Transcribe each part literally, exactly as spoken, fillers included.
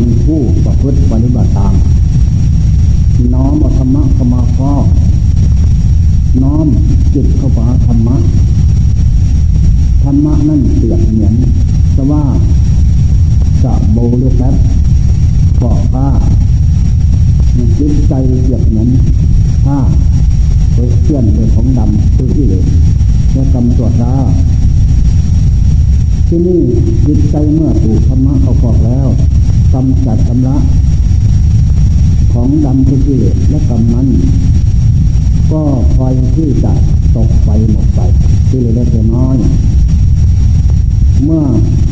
คนผู้ประพฤติปฏิบัติตามน้อมเอาธรรมะเข้ามาฟอกน้อมจิตเข้าไปหาธรรมะธรรมะนั่นเปรียบเหมือนสว่าสะโบหรือแป๊บเกาะผ้าจิตใจเปรียบเหมือนผ้าโดยเชื่อนโดยของดำคือที่เหลวและกำตัวตาที่นี่จิตใจเมื่อถูกธรรมะเข้าฟอกแล้วกำจัดกำละของดำคือที่เหลวและกำนั้นก็คอยที่จะตกไปหมดไปที่เหลือเล็กน้อยเมื่อ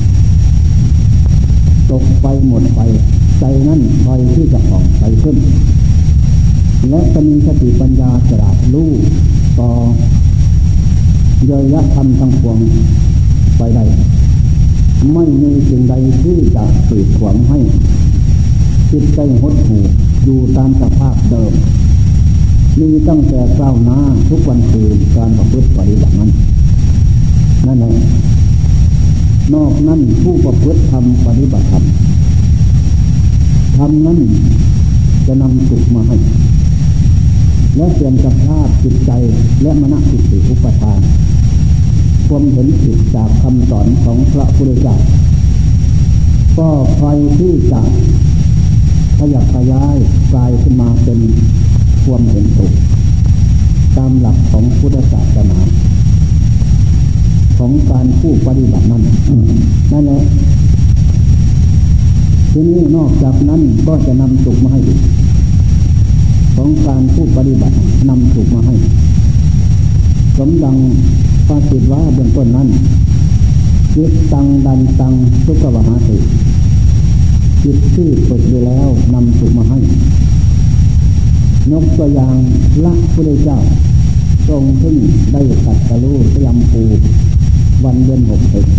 ตกไปหมดไปใจนั่นคอยที่จะผ่องใสขึ้นและจะมีสติปัญญาฉลาดรู้ต่อเยยะธรรมทั้งปวงไปได้ไม่มีสิ่งใดที่จะปิดขวางให้จิตใจหดหู่อยู่ตามสภาพเดิมมีตั้งแต่ก้าวหน้าทุกวันคืนการประพฤติปฏิบัตินั้นนั่นเองนอกนั้นผู้ประพฤติธรรมปฏิบัติธรรมธรรมนั้นจะนำสุขมาให้และเปลี่ยนสภาพจิตใจและมนสิทธิอุปทานความเห็นผิดจากคำสอนของพระพุทธเจ้าก็คอยที่จะขยับขยายกลายขึ้นมาเป็นความเห็นถูกตามหลักของพุทธศาสนาของการผู้ปฏิบัตินั้นนั่นแหละทีนี้นอกจากนั้นก็จะนำสุขมาให้อีกของการผู้ปฏิบัตินำสุขมาให้สมดังปาสิทว่าเบื้องต้นนั้นจิตตังดันตังทุกขวหาติจิตที่ฝึกอยู่แล้วนำสุขมาให้ยกตัวอย่างพระพุทธเจ้าทรงขึ้นได้ตรัสรู้สยามภูวันเดือนหกเอ็ด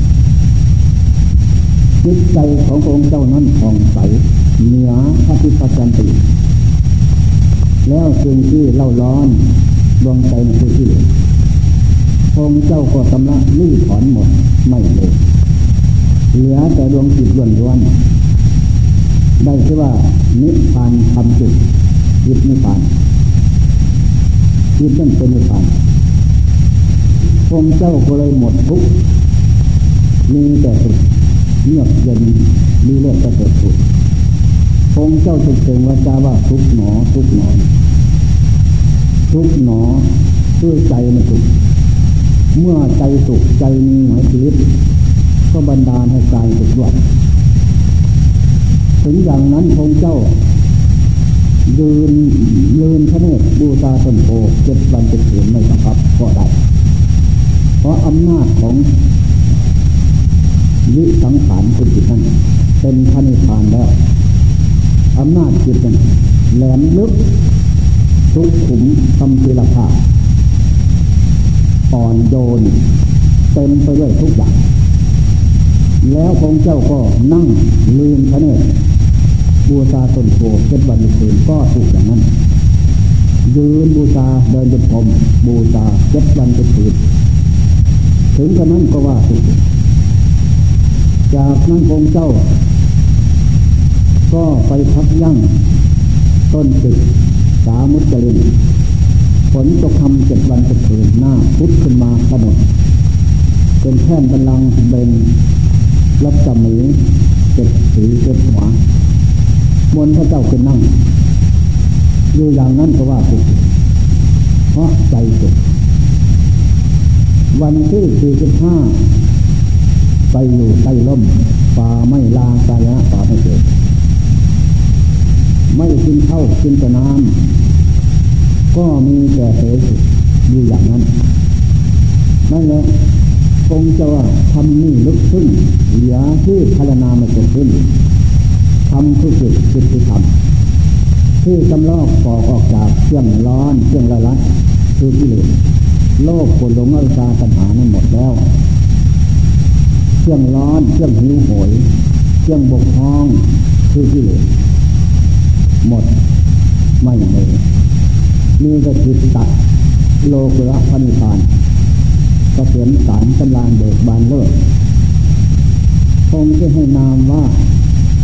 จิตใจขององค์เจ้านั้นผ่องใสเหนือพระพิปัจจันติแล้วสิ่งที่เล่าร้อนดวงใจในผู้ที่องค์เจ้าก็สำละลื้อถอนหมดไม่เลยเหลือแต่ดวงจิตล้วนๆได้ชื่อว่านิพพานธรรมจิตจิตนิพพานจิตนั่นเป็นนิพพานองค์เจ้าก็เลยหมดทุกข์มีแต่สุขเงียบเย็นมีเลือดกระเกิดทุกข์องค์เจ้าจึงเตือนว่าจะว่าทุกข์หนอทุกข์หนอทุกข์หนอด้วยใจมันสุขเมื่อใจสุขใจมีหมายชีวิตก็บันดาลให้กายสุขด้วยถึงอย่างนั้นองค์เจ้ายืนยืนพระเนตรบูชาต้นโพเจ็ดวันเจ็ดคืนไม่สังคับก็ได้เพราะอำนาจของวิสังขารคุณจิตนั้นเป็นพระนิพพานแล้วอำนาจจิตนั้นแหลมลึกทุกขุมคำศิลปะอ่อนโยนเต็มไปด้วยทุกอย่างแล้วพระเจ้าก็นั่งลืมพระเนตรบูชาต้นโพเจ็ดวันเจ็ดคืนก็ถูกอย่างนั้นยืนบูชาเดินจงกรมบูชาเจ็ดวันเจ็ดคืนถึงกระนั้นก็ว่าสุขจากนั้นพระเจ้าก็ไปพักยั่งต้นจิกสามุจลินฝนตกคำเจ็ดวันเจ็ดคืนหน้าพุทธขึ้นมากระหนดเป็นแท่นบัลลังก์เป็นรัศมีเจ็ดสีเจ็ดหัวมนพระเจ้าขึ้นนั่งอยู่อย่างนั้นก็ว่าสุขเพราะใจสุขวันที่สี่สิบห้าไปอยู่ใต้ร่มป่าไม่ลากายะป่าไม่เกิดไม่กินข้าวกินแต่น้ำก็มีแต่เสยสุขอยู่อย่างนั้นนั่นแหละคงจะว่าทำนี่ลึกซึ้งเหลือที่พารณามาจบขึ้นทำคือจิตจิตที่ทำที่กำลอกปอกออกจากเครื่องร้อนเครื่องละลัดคือกิเลสโลภโกรธหลงอวิชชาตัณหานั้นหมดแล้วเครื่องร้อนเครื่องหิวโหยเครื่องบกพร่องคือกิเลสหมดไม่เลยมีแต่จิตตัดโลกุระพระนิพพานเกษมสารกำลังเบิกบานเลิศคงจะให้นามว่า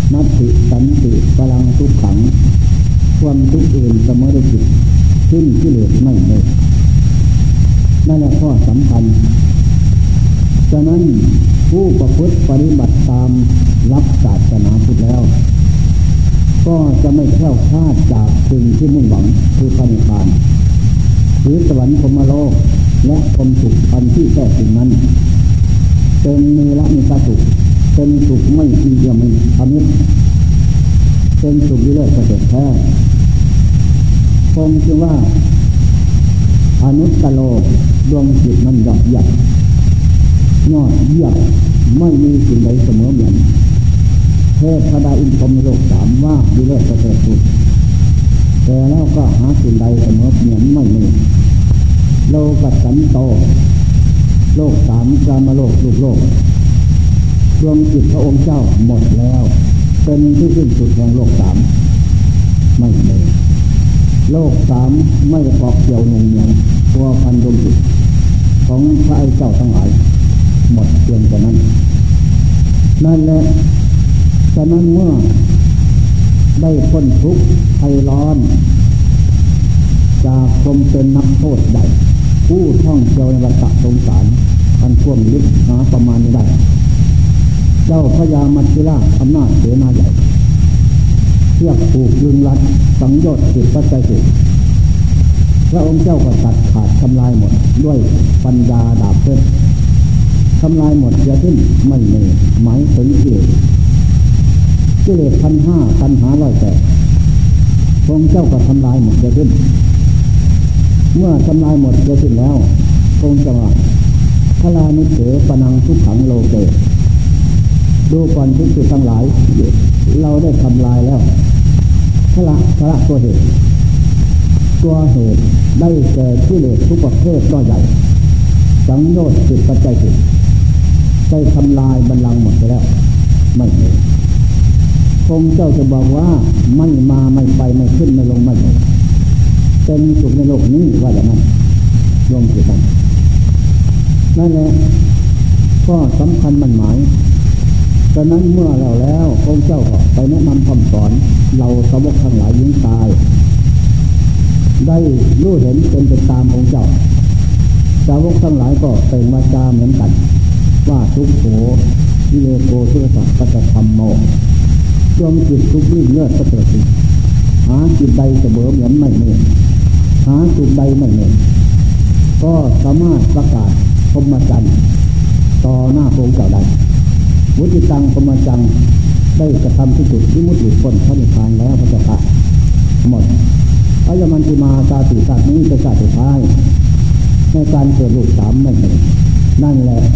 นัตติสันติพลังทุกขังความทุกข์อื่นเสมอได้จิตสิ้นกิเลสไม่เลยนั่นแหละข้อสำคัญฉะนั้นผู้ประพฤติปฏิบัติตามรับศาสนาพุทธแล้วก็จะไม่แคล้วคลาดจากสิ่งที่มุ่งหวังคือพระนิพพานหรือสวรรค์พรหมโลกและความสุขอันที่แท้จริงนั้นเป็นเนรมิตสุขเป็นสุขไม่ที่จะไม่อมิตรเป็นสุขที่เลิศประเสริฐแท้คงคือว่าอนุตตโลดวงจิตมันยอดเยี่ยมยอดเยี่ยมไม่มีสิ่งใดเสมอเหมือนเทพดาอินทรโลกสามว่าดีเลิศประเสริฐสุดแต่แล้วก็หาสิ่งใดเสมอเหมือนไม่มีโลกัสสันโตโลกสามกามโลกรูปโลกดวงจิตพระองค์เจ้าหมดแล้วเป็นที่สิ้นสุดแห่งโลกสามไม่มีโลกสามไม่เกาะเกี่ยวหนุ่งเหนียวตัวพันดวงจิตของพระไอ้เจ้าทั้งหลายหมดเพียงแต่นั้นนั่นแหละฉะนั้นเมื่อได้พ้นทุกข์ภัยร้อนจากความเป็นนักโทษใดผู้ท่องเที่ยวในวัฏสงสารอันท่วมลึกหาประมาณไม่ได้เจ้าพญามัจฉิราชอำนาจเสนาใหญ่เชือกผูกลึงรัดสังโยชน์จิตปัจจัยจิตพระองค์เจ้าก็ตัดขาดทำลายหมดด้วยปัญญาดาบเพชรทำลายหมดเสียสิ้นไม่มีหมายถึงกิเลสกิเลสพันห้าพันหาร้อยแปดพระองค์เจ้าก็ทำลายหมดเสียสิ้นเมื่อทำลายหมดเสียสิ้นแล้วพระองค์เจ้าพระลานิเถปนังทุกขังโลเกดูก่อนทุกสิ่งทั้งหลายเราได้ทำลายแล้วพระพระตัวเหตุตัวเหตุได้แก่กิเลสทุกประเภทก็ใหญ่สังโยชน์จิตปัจจัยจิตได้ทำลายบัลลังก์หมดไปแล้วไม่เลยคงเจ้าจะบอกว่าไม่มาไม่ไปไม่ขึ้นไม่ลงไม่ลงเป็นสุขในโลกนี้ว่าอย่างนั้นรวมจิตนั้นนั่นแหละก็สำคัญมันหมายฉะนั้นเมื่อเราแล้วพระเจ้าก็ไปแนะนำคำสอนเราสาวกทั้งหลายยิ่งตายได้รู้เห็นเป็นไปตามองค์เจ้าสาวกทั้งหลายก็เป็นวาจาเหมือนกันว่าทุกโขวิเลโกสุรสัพพะธรรมโมรวมจิตทุกข์ยิ่งเลิศประเสริฐหาจิตใดเสมอเหมือนไม่มีหาจุดใดไม่มีก็สามารถประกาศพรหมจรรย์ต่อหน้าพระองค์เจ้าได้วุฒิตังพรหมจรรย์ได้กระทำที่สุดที่มุดหลุดพ้นพระนิพพานแล้วพระเจ้าค่ะหมดอายมันติมาตาติศาสตร์นี้เป็นศาสตร์สุดท้ายในการเกิดลูกสามไม่มีนั่นแหละ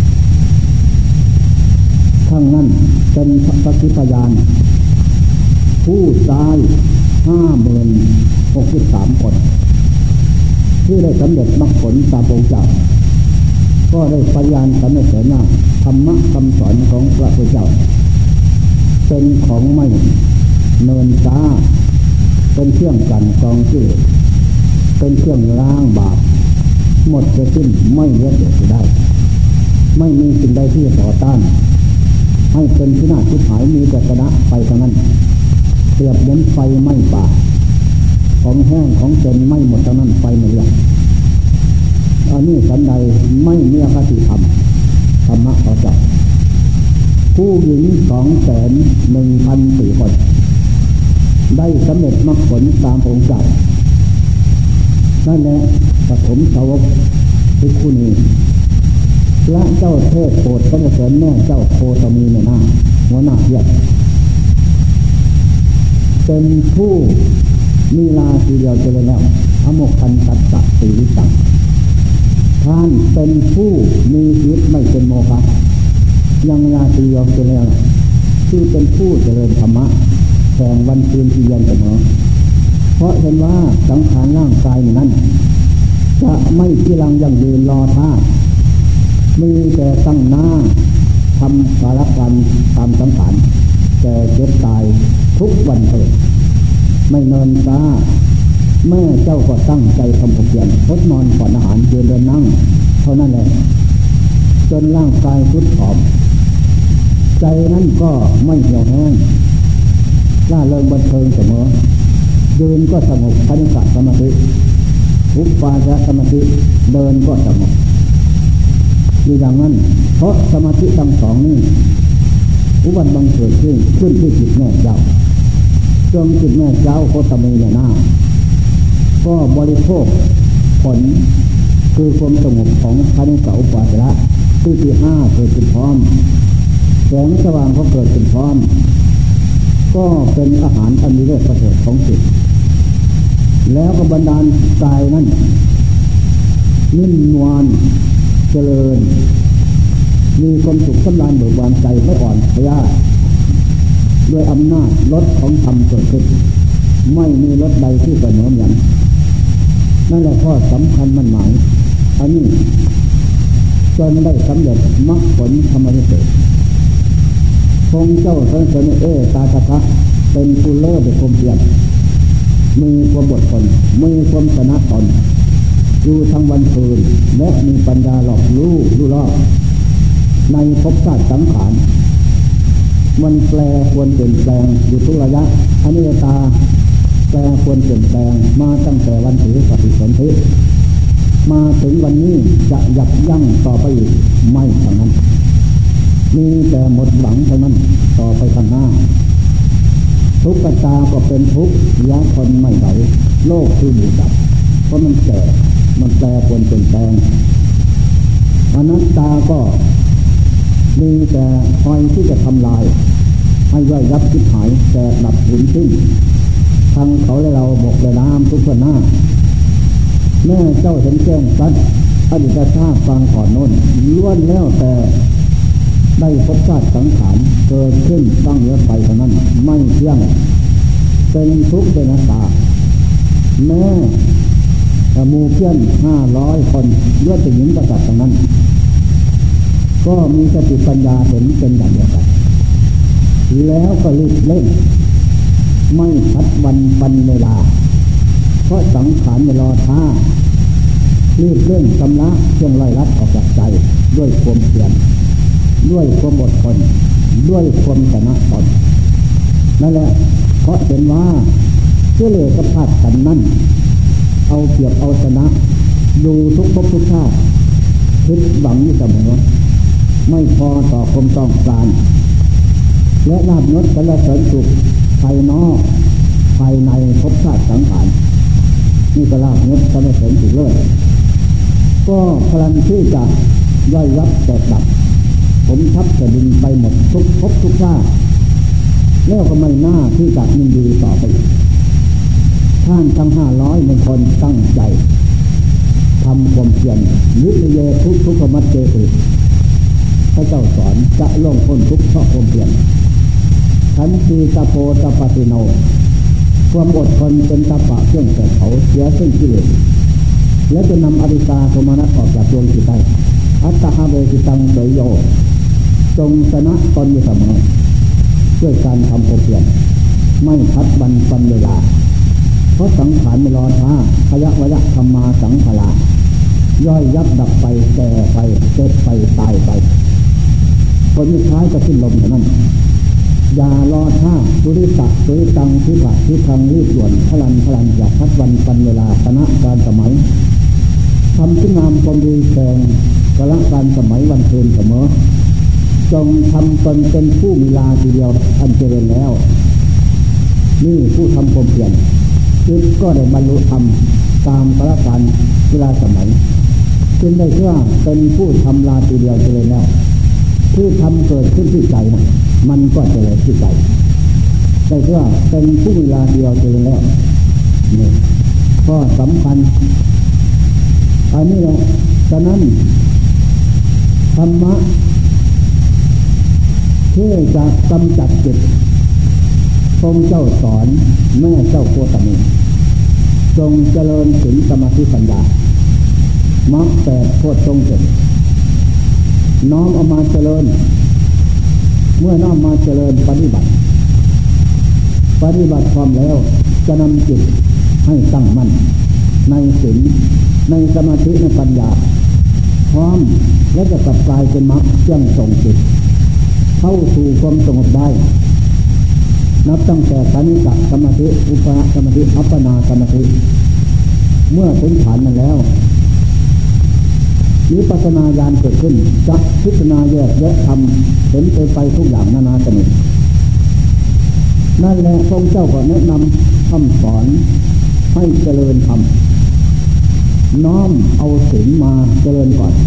ข้างนั้นเป็นสักขีพยานผู้ตายห้าหมื่นหกสิบสามคนที่ได้สำเร็จมรรคผลตามองค์เจ้าก็ได้พยานสรรเสริญว่าธรรมะคำสอนของพระพุทธเจ้าเป็นของไม่เนินช้าเป็นเครื่องกันกองกิเลสเป็นเครื่องล้างบาปหมดจะสิ้นไม่เหลือเสียได้ไม่มีสิ่งใดที่จะต่อต้านให้เป็นที่น่าชิบหายมีแต่ชนะไปเท่านั้นเปรียบเหมือนไฟไหม้ป่าของแห้งของเต็มไหม้หมดเท่านั้นไฟไม่เลือกอันนี้สันใดไม่มีอคติธรรมธรรมะต่อจากผู้หญิงสองแสนหนึ่งพันสี่คนได้สำเร็จมรรคผลตามองค์จักรนั่นแหละปฐมสาวกภิกขุณีพระเจ้าเทพโปรดสรรเสริญแม่เจ้าโคตมีในหน้าหัวหน้าเพียรเป็นผู้มีลาทีเดียวเจริญแล้วอโมคันตัสสะสีวิตังท่านเป็นผู้มีชีวิตไม่เป็นโมฆะยังลาทีเดียวเจริญแล้วคือเป็นผู้เจริญธรรมะแข่งวันคืนที่เย็นเสมอเพราะเห็นว่าสังขารร่างกายนั้นจะไม่ที่ลังยังยืนรอท่ามีแต่ตั้งหน้าทำภารกิจตามสังขารแต่เจ็บตายทุกวันเถิดไม่เนินช้าแม่เจ้าก็ตั้งใจทำความเพียรทดนอนก่อนอาหารยืนเดินนั่งเท่านั้นแหละจนร่างกายทรุดผอมใจนั้นก็ไม่เหี่ยวแห้งร่าเริงบันเทิงเสมอยืนก็สงบคณิกะสมาธิอุปปาจารสมาธิเดินก็สงบอยู่อย่างนั้นเพราะสมาธิทั้งสองนี้อุบัติบังเกิดขึ้นขึ้นที่จิตแม่เจ้าจงจิตแม่เจ้าโคตมีในหน้าก็บริโภคผลคือความสงบของคณิกะอุปปาจารที่ที่ห้าเกิดขึ้นพร้อมแสงสว่างเขาเกิดขึ้นพร้อมก็เป็นอาหารอันมีเลิศประเสริฐของจิตแล้วก็บันดาลกายนั้นนิ่มนวลเจริญมีความสุขสำราญเบิกบานใจไม่อ่อนเพลียด้วยอำนาจรสของธรรมเกิดขึ้นไม่มีรสใดที่เสมออย่างนั่นแหละข้อสำคัญมันหมายอันนี้จนได้สำเร็จมรรคผลธรรมวิเศษพงเจ้าพระเสนเอตาตถะเป็นผู้เลิศในความเพียรมีความอดทนมีความชนะตนอยู่ทั้งวันคืนและมีปัญญาหลอกรู้รู้รอบในภพชาติสังขารมันแปลควรเปลี่ยนแปลงอยู่ทุกระยะอนิจจตาแปลควรเปลี่ยนแปลงมาตั้งแต่วันถือปฏิสนธิมาถึงวันนี้จะยับยั้งต่อไปอีกไม่เท่านั้นมีแต่หมดหวังเท่านั้นต่อไปข้างหน้าทุกขตาก็เป็นทุกข์ยะทนไม่ไหวโลกคือบูดับเพราะมันแก่มันแปรปรวนเปลี่ยนแปลงอนัตตาก็มีแต่คอยที่จะทำลายให้ย่อยยับคิดหายแต่ดับสูญสิ้นทางเขาและเราบอกเลยน้ำทุกคนหน้าแม่เจ้าเห็นแจ้งสัตว์อดีตชาติฟังก่อนโน้นล้วนแล้วแต่ได้พบชาติสังขารเกิดขึ้นตั้งเยอะไปเท่านั้นไม่เที่ยงเป็นทุกข์เป็นอนัตตาแม่หมู่เพื่อนห้าร้อยคนล้วนเป็นหญิงกษัตริย์ทั้งนั้นก็มีสติปัญญาเห็นเป็นอย่างเดียวกันแล้วก็รีบเร่งไม่พัดวันปันเวลาเพราะสังขารไม่รอท่ารีบเร่งชำระเครื่องไล่ลัดออกจากใจด้วยความเพียรด้วยความอดทนด้วยความชนะตนนั่นแหละเพราะเห็นว่าเชื่อเลยกับธาตุขันธ์นั้นเอาเปรียบเอาชนะดูทุกภพทุกชาติคิดหวังอยู่เสมอไม่พอต่อความต้องการและลาภยศสรรเสริญสุขภายนอกภายในภพชาติสังขารนี่ก็ลาภยศสรรเสริญสุขเลยก็พลังที่จะย่อยยับแตกดับผมทับจะดินไปหมดทุกภพทุกชาติแล้วก็ไม่น่าที่จะยินดีต่อไปท่านทั้งห้าร้อยเป็นคนตั้งใจทำความเพียรวิริยะทุกทุกขมัจเจติพระเจ้าสอนจะล่วงพ้นทุกข์เพราะความเพียรขันติตะโพตะปฏิโนความอดทนเป็นตะปะเครื่องแก่เขาเสียซึ่งกิเลสและจะนำอริสาโทมนัสออกจากดวงจิตได้อัตตาเวสิตังเสยโยจงชนะตนอยู่เสมอด้วยการทำความเพียรไม่พัดบันปันเวลาเพราะสังขารไม่รอช้าขยะวยะธรรมาสังขารย่อยยับดับไปแก่ไปเจ็บไปตายไปคนที่ท้ายก็สิ้นลมเท่านั้นอย่ารอช้าสุริตะสุริตังทิฏฐทิทังรีบด่วนพลันพลันอย่าพัดวันปันเวลาชนะการสมัยทำขึ้นงามความดีแสงกละการสมัยวันคืนเสมอจงทำตนเป็นผู้มีลาทีเดียวอันเจริญแล้วนี่ผู้ทำความเพียรจิตก็ได้บรรลุธรรมตามกละการเวลาสมัยจึงได้เชื่อเป็นผู้ทำลาทีเดียวเจริญแล้วที่ทำเกิดขึ้นที่ใจนะมันก็เจริญที่ใจได้เชื่อเป็นผู้มีลาเดียวเจริญแล้วนี่ก็สำคัญอันนี้แหละฉะนั้นธรรมะที่จะกำจัดจิตทรงเจ้าสอนแม่เจ้าโคตมีจงเจริญศีลสมาธิปัญญามรรคแปดโพชฌงค์เจ็ดน้อมเอามาเจริญเมื่อน้อมมาเจริญปฏิบัติปฏิบัติความแล้วจะนำจิตให้ตั้งมั่นในศีลในสมาธิในปัญญาพร้อมและจะกลับกลายเป็นมรรคเครื่องส่งจิตเข้าสู่ความสงบได้นับตั้งแต่คณิกะสมาธิอุปสมาธิอัปปนาสมาธิเมื่อถึงฐานนั้นแล้ววิปัสสนาญาณเกิดขึ้นจะพิจารณาแยกแยะธรรมเห็นไปทุกอย่างนานาชนิดนั่นแหละพระเจ้าก็แนะนำคำสอนให้เจริญธรรมน้อมเอาศีลมาเจริญก่อน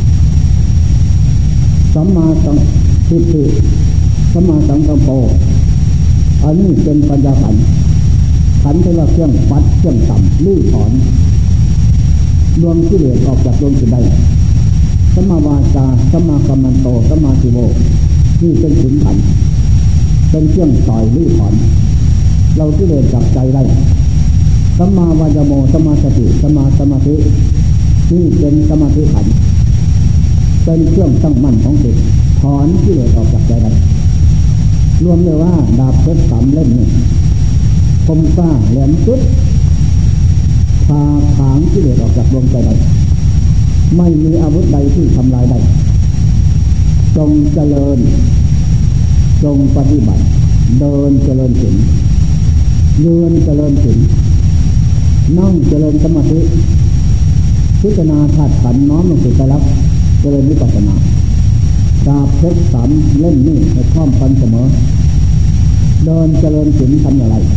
สัมมาสังทิฏฐิสัมมาสังกัปโปอันนี้เป็นปัญญาขันธ์ขันธ์เป็นว่าเครื่องปัดเครื่องต่ำลื้อถอนดวงกิเลสออกจากดวงจิตได้สัมมาวาจาสัมมากัมมันโตสัมมาทิฏฐินี่เป็นศีลขันธ์เป็นเครื่องต่อยลื้อถอนเรากิเลสจับใจได้สัมมาวายโมสัมมาสติสัมมาสมาธินี่เป็นสมาธิขันธ์เป็นเครื่องตั้งมั่นของจิตถอนกิเลสออกจากใจได้รวมเลยว่าดาบเพชรสามเล่มนี่คมกล้าแหลมสุดพาถางกิเลสออกจากดวงใจได้ไม่มีอาวุธใดที่ทำลายได้จงเจริญจงปฏิบัติเดินเจริญศีลยืนเจริญศีลนั่งเจริญสมาธิพิจารณาธาตุขันธ์น้อมลงสู่ใจรักเจริญวิปัสสนาดาบเพชรสามเล่มนี้ให้พร้อมกันเสมอเดินเจริญศีลทำอย่างไร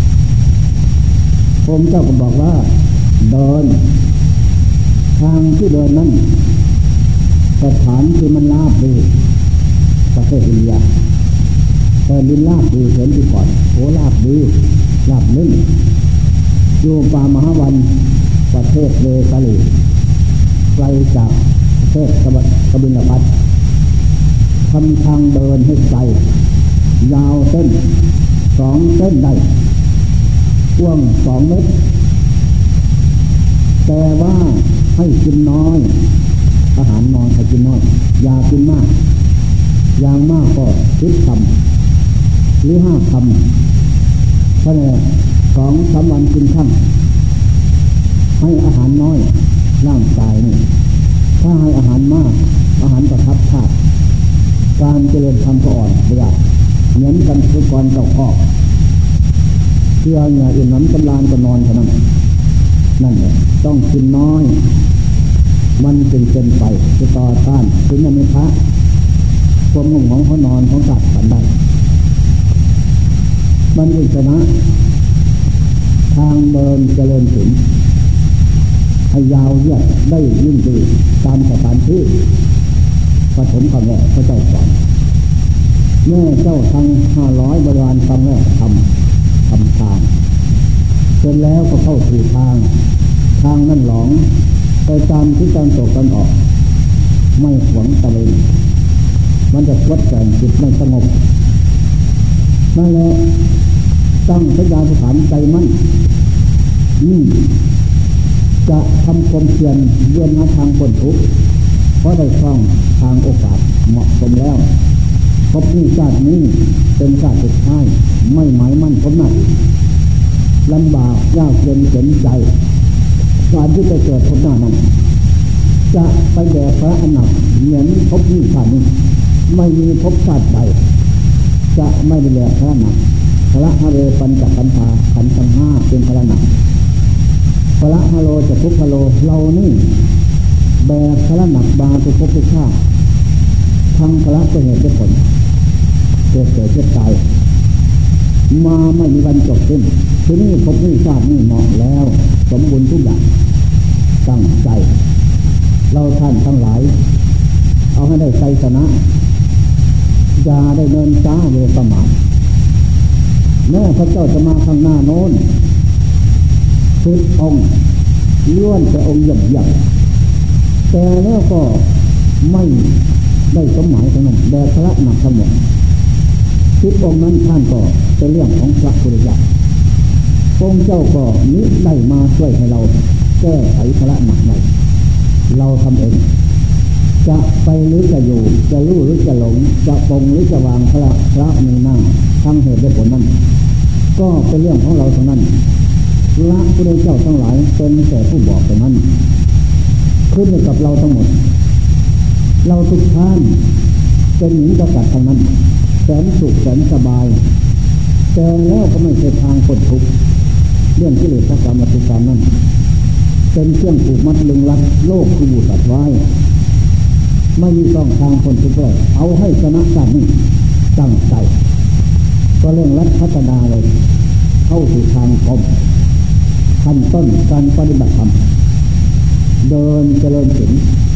ผมเจ้าก็บอกว่าเดินทางที่เดินนั้นสถานที่มันลาบดีประเทศอินเดียแต่ลินลาบดีเห็นที่ก่อนโหลาบดีลาบลื่นอยู่ป่ามหาวันประเทศเลสาลีไกลจากประเทศกบิลพัสทำทางเดินให้ไกลยาวเส้นสองเส้นได้กว้างสองเมตรแต่ว่าให้กินน้อยอาหารนอนให้กินน้อยอย่ากินมากอย่างมากก็สิบคำหรือห้าคำเพราะเนี่ยสองสามวันกินข้าวให้อาหารน้อยร่างกายนี่ถ้าให้อาหารมากอาหารประทับธาตุการเจริญธรรมก็อ่อนไปได้เหมือนกันทุกคนเจ้าข้อเชื่อเหงื่ออิ่มน้ำกำลานก็นอนเท่านั้นนั่นแหละต้องกินน้อยมันจึงเป็นไปจะต่อต้านถึงอมิพะความง่วงของเขานอนของสัตว์กันได้มันจึงชนะทางเดินเจริญศีลให้ยาวเหยียดได้ยิ่งดีตามสถานที่ปฐมคำแรกพระเจ้าสอนเมื่อเจ้าทางห้าร้อยบริวารคำแรกทำทำทางเสร็จแล้วก็เข้าสู่ทางทางนั่นหลงไปตามที่การตกกันออกไม่หวงตะเวนมันจะวัดแสงจิตไม่สงบนั่นแหละตั้งสัญญาสถานใจมั่นนี่จะทำความเพียรเยื่อนหาทางพ้นทุกข์เพราะได้ช่องทางโอกาสเหมาะสมแล้วพบนี้ชาตินี้เป็นชาติสุดท้ายไม่หมายมั่นพบหน้าลำบากยากเย็นเข็นใจการที่จะเกิดพบหน้านั้นจะไปแด่พระอนันต์เหมือนพบนี้ชาตินี้ไม่มีพบชาติใดจะไม่ได้แด่พระอนันต์พระฮะเรปัญจขันธาขันธ์ทั้งห้าเป็นพระอนันต์พระฮะโลจะทุกขโลเรานี่แบกพระหนักบาทุกภพทุกชาติทั้งพระก็เหตุผลเกิดเกิดเจ็บตายมาไม่มีวันจบสิ้นทีนี้พบนี้ชาตินี้เหมาะแล้วสมบูรณ์ทุกอย่างตั้งใจเราท่านทั้งหลายเอาให้ได้ใจชนะอย่าได้เนินช้าเวประมาทแม้พระเจ้าจะมาข้างหน้าโน้นสิบองค์ล้วนแต่องค์หยับหยับแต่แล้วก็ไม่ได้สมหมายทั้งนั้นแด่พระหนักทั้งหมดสิบองค์นั้นท่านก็เป็นเรื่องของพระพุทธเจ้าองค์เจ้าก็นิได้มาช่วยให้เราแก้ไขพระหนักในเราทำเองจะไปหรือจะอยู่จะรู้หรือจะหลงจะปรงหรือจะวางพระพระมีหน้าทั้งเหตุและผลนั้นก็เป็นเรื่องของเราเท่านั้นพระพุทธเจ้าทั้งหลายเป็นแต่ผู้บอกแต่นั้นขึ้นอยู่กับเราทั้งหมดเราทุกท่านเป็นหญิงกษัตริย์ทั้งนั้นแสนสุขแสนสบายแต่แล้วก็ไม่ใช่ทางพ้นทุกข์เรื่องกิเลสกรรมวัตถุกรรมนั้นเป็นเครื่องผูกมัดลึงลัดโลกคือบูสัตว์ไว้ไม่มีช่องทางพ้นทุกข์เลยเอาให้ชนะกันนี่ตั้งใจก็เรื่องรัฐพัฒนาเลยเข้าสู่ทางคมขั้นต้นการปฏิบัติธรรมเดินเจริญศีล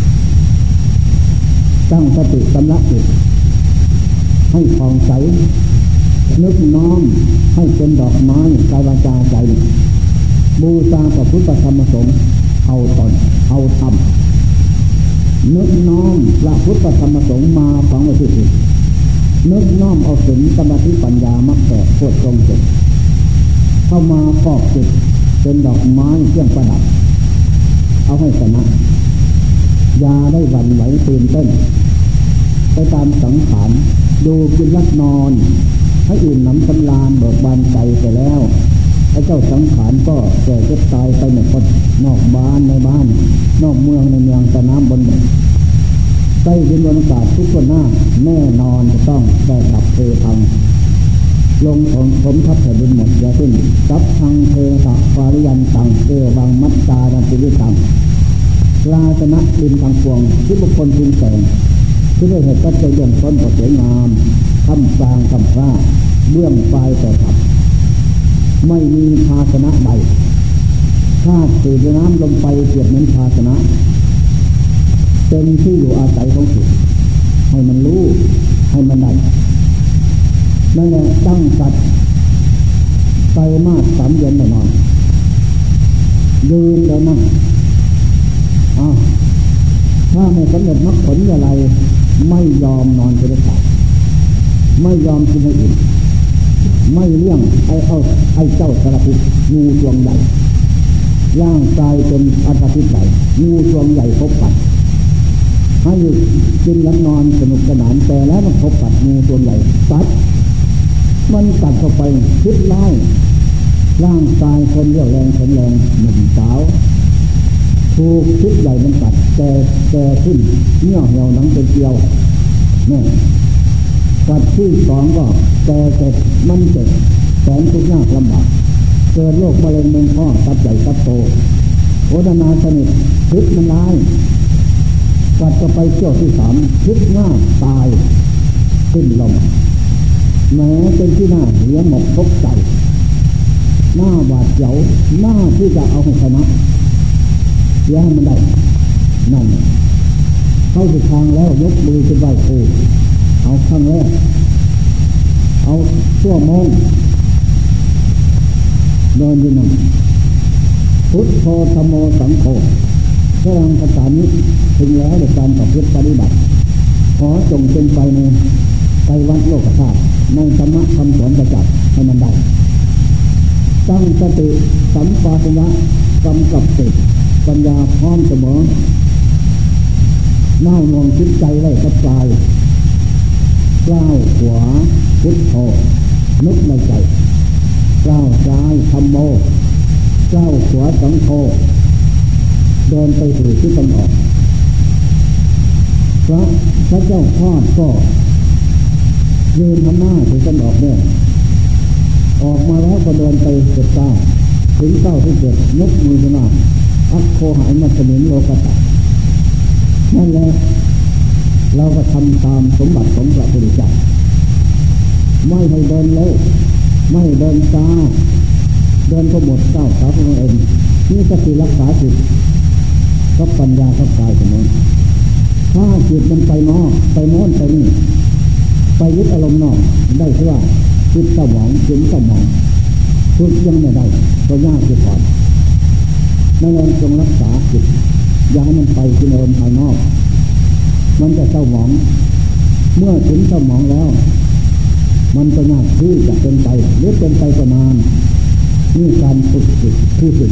ตั้งสติสำลักจิตให้ผ่องใสนึกน้อมให้เป็นดอกไม้กายวาจาใจบูชาพระพุทธธรรมสงฆ์เอาตนเอาธรรมนึกน้อมพระพุทธธรรมสงฆ์มาฝังไว้ที่จิตนึกน้อมเอาศีลสมาธิปัญญามรรคแปดโพชฌงค์เจ็ดเข้ามาครอบจิตเป็นดอกไม้เครื่องประดับเอาให้ชนะอย่าได้หวั่นไหวตื่นเต้นไปตามสังขารดูกินลักนอนให้อื่นน้ำสำราญเบิกบานใจไปแล้วพระเจ้าสังขารก็แก่เจ็บตายไปหมดคนนอกบ้านในบ้านนอกเมืองในเมืองสนามบนบกใต้ดินบนอากาศทุกคนหน้าแน่นอนจะต้องได้ดับเพทังลงของผมทับแผ่นดินหมดอย่าสิ้นจับทางเทสะฟาริยันตังเอวังมัตตาดันติวิตังราชนะดินทางพวงที่บุคคลพึงแต่งที่ได้เหตุปัจจัยเบื้องต้นก็สวยงามทำกลางคำพระเบื้องปลายแต่ถับไม่มีภาชนะใดถ้าสื่อน้ำลงไปเปรียบเหมือนภาชนะเป็นที่อยู่อาศัยของจิตให้มันรู้ให้มันได้นั่นแหละตั้งสัตว์ไตรมาสสามเดือนแน่นอนยืนแล้วนั่งอ้าวถ้าไม่สำเร็จมรรคผลอะไรไม่ยอมนอนจะได้ขาดไม่ยอมกินให้อิ่มไม่เลี้ยงไอ้เอาไอ้เจ้าสารพิษงูดวงใหญ่ร่างกายเป็นอัตภิษใหญ่งูดวงใหญ่พบปัดให้กินแล้วนอนสนุกสนานแต่แล้วมันพบปัดงูตัวใหญ่ตัดมันตัดเข้าไปคิดไล่ร่างกายคนเรียวแรงแข็งแรงหนุ่มสาวถูกคิดใหญ่มันตัดแต่แต่ขึ้นเนื้อเหี่ยวหนังเป็นเกลียวเนี่ยตัดที่สองก็แต่เจ็บมันเจ็บแสนทุกข์ยากลำบากเกิดโรคมะเร็งเมืองท้องตับใหญ่ตับโตโอดนาสนิทคิดมันร้ายตัดก็ไปเที่ยวที่สามคิดง่ายตายขึ้นลมแม้เป็นที่หน้าเหี้ยหมกทบใจหน้าบาดเจ็บหน้าที่จะเอาให้ชนะเสียให้มันได้นั่นเข้าสู่ทางแล้วยกมือขึ้นไหว้ครูเอาข้างแรกเอาชั่วโมงเดินอยู่นั่นพุทโธธัมโมสังโฆพลังภาษานี้ถึงแล้วในการประพฤติปฏิบัติขอจงเป็นไปในไตรวัฏโลกธาตุในธรรมะคำสอนประจักษ์ให้มันได้ตั้งสติสัมปชัญญะกำกับจิตปัญญาพร้อมเสมอหน้ามองจิตใจไว้กับกายก้าวขวาพุทโธนึกในใจก้าวซ้ายธัมโมก้าวขวาสังโฆเดินไปสู่ที่ตะวันออกพระพระเจ้าคลอดก็ยืนทำหน้าถึงตะวันออกเนี่ยออกมาแล้วก็เดินไปเจ็ดเก้าถึงเก้าที่เจ็ดยกมือขึ้นมาอัคโคหายมัสมิงโลกตะนั่นแหละเราก็ทำตามสมบัติของพระพุทธเจ้าไม่ให้เดินเร็วไม่เดินช้าเดินก็หมดเก้าขาของเราเองนี่สติรักษาจิตกับปัญญากับกายของมันถ้าจิตมันไปนอกไปโน้นไปนี่ไปยึดอารมณ์นอกได้เท่าว่าจิตสมองจิตสมองฝึกยังไม่ได้ก็ยากที่พอนั่นเองจงรักษาจิตอย่าให้มันไปที่อารมณ์ภายนอกมันจะเศร้าหมองเมื่อถึงเศร้าหมองแล้วมันก็ยากที่จะเป็นไปหรือเป็นไปประมาณนี่การฝึกจิตที่ถึง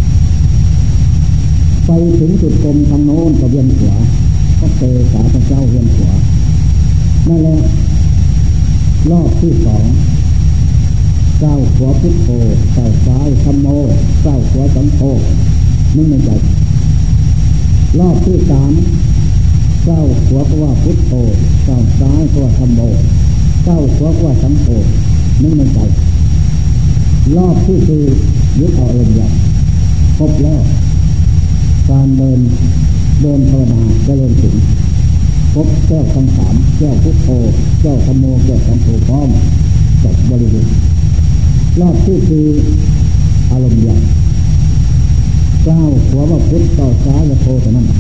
ไปถึงจุดกลมทางโน้นก็เวียนขวาก็เตะสาพระเจ้าเวียนขวานั่นแหละรอบที่สองก้าวขวาพุทโธก้าวซ้ายธัมโมก้าวขวาสังโฆนึกในใจรอบที่สามก้าวขวาก็ว่าพุทโธก้าวซ้ายก็ว่าธัมโมก้าวขวาก็ว่าสังโฆนึกในใจรอบที่คือยึดเอาอารมณ์อย่างครบแล้วการเดินเดินภาวนาจะเริ่มถึงพบแก้วทั้งสามแก้วพุทโธแก้วธัมโมแก้วสังโฆพร้อมจบบริบูรณ์รอบที่คืออารมณ์อย่างก้าวหัวว่าพุทธก้าวซ้ายว่าโธเท่านั้น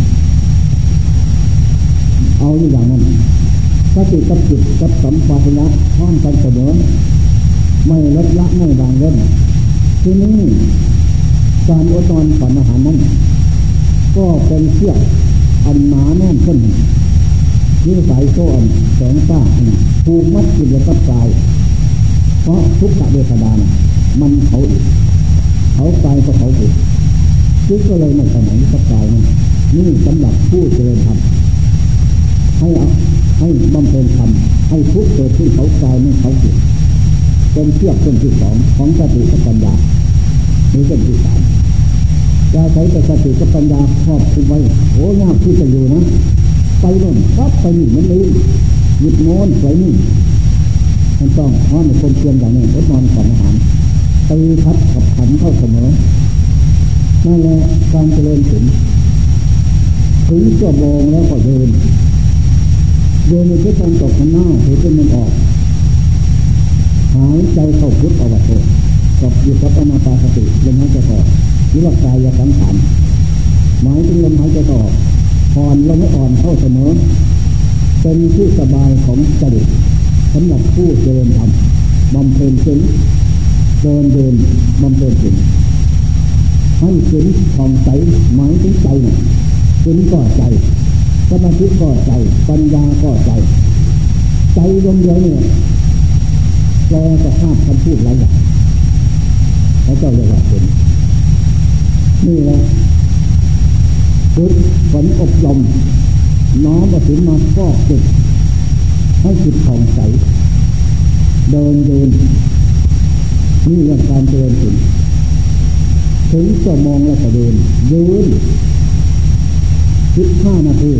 เอาอย่างนั้นสติกับจิตกับสัมปชัญญะพร้อมกันเสมอไม่ลดละไม่วางเว้นที่นี้การอดนอนฝันอาหารนั้นก็เป็นเชือกอันหนาแน่นขึ้นนี่สายโซ่อันแสงฟ้าผูกมัดจิตกับกายเพราะทุกขเวทนานะมันเขาอีกเขากายก็เขาอีกจิตก็เลยไม่ไปไหนกับกายนั่นนี่สำหรับผู้เจริญธรรมให้ให้บำเพ็ญธรรมให้ทุกเกิดที่เขากายนั่นเขาจิตเป็นเชือกเส้นที่สองของสติกับปัญญาหรือเส้นที่สามจะใช้แต่สติกับปัญญาครอบคุมไว้โอ้ยากที่จะอยู่นะไปโน่นปั๊บไปนี่มันลืมหยุดโน่นไปนี่มันต้องนอนในความเพียรอย่างนี้อดนอนก่อนอาหารตีพัดกับขันเข้าเสมอนั่นแหละการเจริญถึงถึงชั่วโมงแล้วก็เดินเดินในทิศทางตกข้างหน้าถือเป็นมันออกหายใจเข้าพุทธอวัตโตกับอยู่กับอนาปานสติลมหายใจออกหรือว่ากายสังขารหมายถึงลมหายใจออกผ่อนลมให้อ่อนเข้าเสมอเป็นที่สบายของจริตสำหรับผู้เจริญธรรมบำเพ็ญศีลเดินเดินบำเพ็ญศีลให้ศีลผ่องใสหมายถึงใจเนี่ยศีลก็ใจสมาธิก็ใจปัญญาก็ใจใจรวมเดียวเนี่ยแปลสภาพคำพูดหลายอย่างเขาเจ้าเรียกว่าศีลนี่แหละฝึกฝนอบรมน้อมมาถึงมาฟอกจิตให้จิตผ่องใสเดินเดินนี่เรื่องการเดินถึงถึงชั่วโมงแล้วก็เดินยืนสิบห้านาที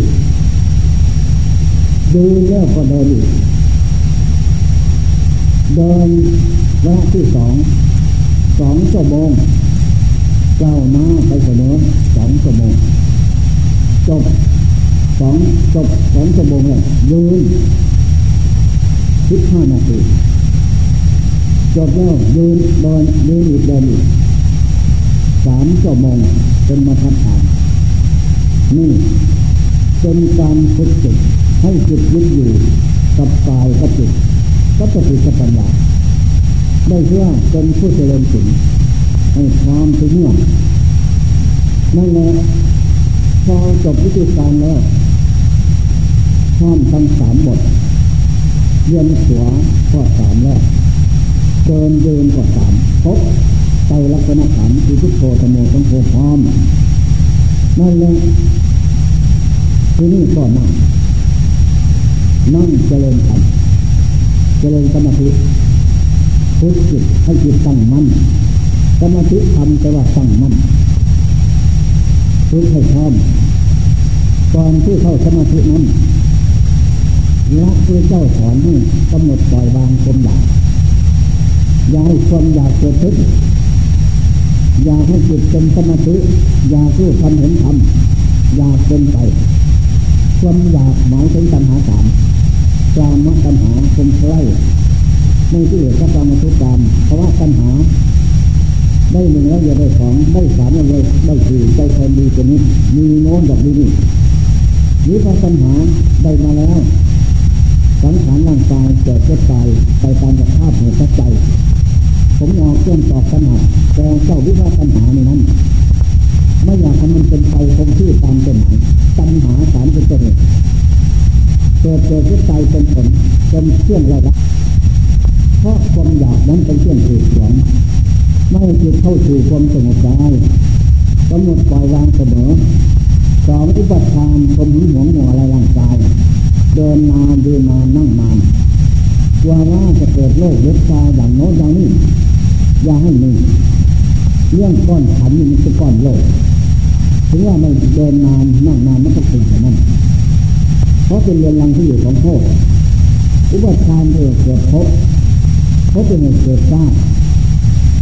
เดินแล้วก็เดินอีกเดินระยะที่สองสองชั่วโมงเจ้าหน้าไปเสมอสองชั่วโมงจบสองจบสองชั่วโมงเลยยืนสิบห้านาทีจบแล้วยืนเดินยืนอีกเดินอีกสามชั่วโมงเป็นมาทัดฐานนี่เป็นการฝึกจิตให้จิตยึดอยู่กับกายกับจิตกับสติกับปัญญาได้เพื่อเป็นผู้เจริญศีลให้พร้อมทุกเมื่อนั่นแหละพอจบวิธีการแล้วพร้อมทั้งสามบทเรียนขวาข้อสามแล้วเดินเดินข้อสามพบใจลักษณะฐานคือพุทโธธัมโมสังโฆพร้อมนั่นแหละทีนี้ก็นั่งนั่งเจริญธรรมเจริญสมาธิพุทธจิตให้จิตตั้งมั่นสมาธิทำแต่ว่าตั้งมั่นพุทธให้พร้อมก่อนที่เข้าสมาธินั้นละคือเจ้าสอนให้กำหนดปล่อยวางความอยากอย่าให้ความอยากเกิดขึ้นอย่าให้จิตเป็นสมาธิอย่าสู้ทำเห็นธรรมอยากเป็นไปความอยากหมายถึงตัณหาสามกามตัณหาความใคร่ในที่เหลือก็กามทุกกามเพราะว่าตัณหาได้หนึ่งแล้วอย่าได้สองได้สามแล้วได้สี่ใจแทนดีตัวนี้มีโน้นแบบนี้นี่นี้พอตัณหาได้มาแล้วสังขารร่างกายเกิดเจ็บตายไปตามสภาพเหตุปัจจัยผมออกเครื่องตอบตัณหาแต่เจ้าวิภาตัณหาในนั้นไม่อยากให้มันเป็นไปคงที่ตามเป็นหมายตัณหาสารเป็นต้นเหตุเกิดเกิดเจ็บตายเป็นผลเป็นเครื่องระดับเพราะความอยากนั้นเป็นเครื่องถือหวงไม่จิตเข้าสู่ความสงบได้กำหนดปล่อยวางเสมอสองอุปทานความหึงหวงหัวอะไรร่างกายเดินนานเดินนานนั่งนานกลัวว่าจะเกิดโรคเวทชาอย่างโน้นอย่างนี้อย่าให้มีเรื่องก้อนขันนี่มันเป็นก้อนโลกถึงว่าไม่เดินนานนั่งนานมันก็เป็นแบบนั้นเพราะเป็นเรือนรังที่อยู่ของโทษอุปทานเกิดเกิดภพภพเป็นเหตุเกิดชาติ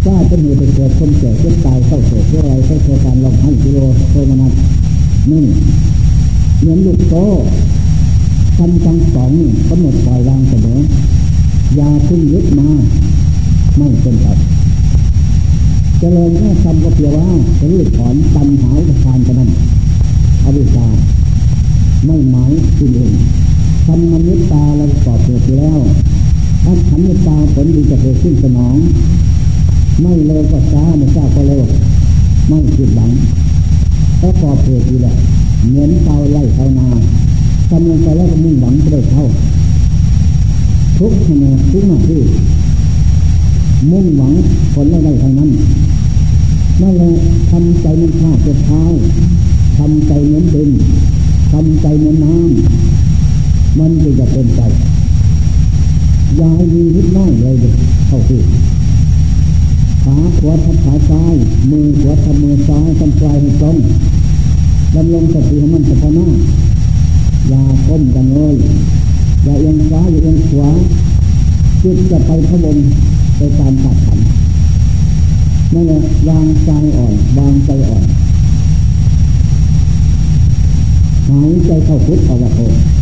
ถ้าเป็นเหตุเกิดคนแก่เจ็บตายเข้าเกิดเพื่ออะไรเพื่อการลงให้กิโลโทมนัสนี่เหมือนลูกโซ่ทำทั้งสองกำหนดปล่อยวางเสมออย่าพึ่งยึดมาไม่เป็นไรเจริญแค่ทำก็เพียงว่าจะรื้อถอนตัณหาอุปาทานกันนั้นอวิชชาไม่หมายสิ่งอื่นทำมันยึดตาเรากอบเกิดอยู่แล้วถ้าทำยึดตาผลดีจะเกิดขึ้นสนองไม่เร็วก็ช้าไม่ช้าก็เร็วไม่ผิดหวังถ้ากอบเกิดอยู่แหละเหมือนเตาไล่เตานาทำลงไปแล้วก็มุ่งหวังจะได้เท่าทุกขณะทุกหน้าที่มุ่งหวังผลอะไรทางนั้นนั่นแหละทำใจมันข้าเจ็บเท้าทำใจเหมือนดินทำใจเหมือนน้ำมันจะจะเป็นใจยายมีนิดน้อยเลยเด็กเข้าที่ขาขวาทับขาซ้ายมือขวาทับมือซ้ายทำปลายให้ตรงดำลงสติให้มันสะพานาอย่าก้มกันเลยอย่าเอียงซ้ายอย่าเอียงขวาจิตจะไปขบวนไปตามขาดขันนั่นแหละวางใจอ่อนวางใจอ่อนหายใจเข้าพุทธอวโต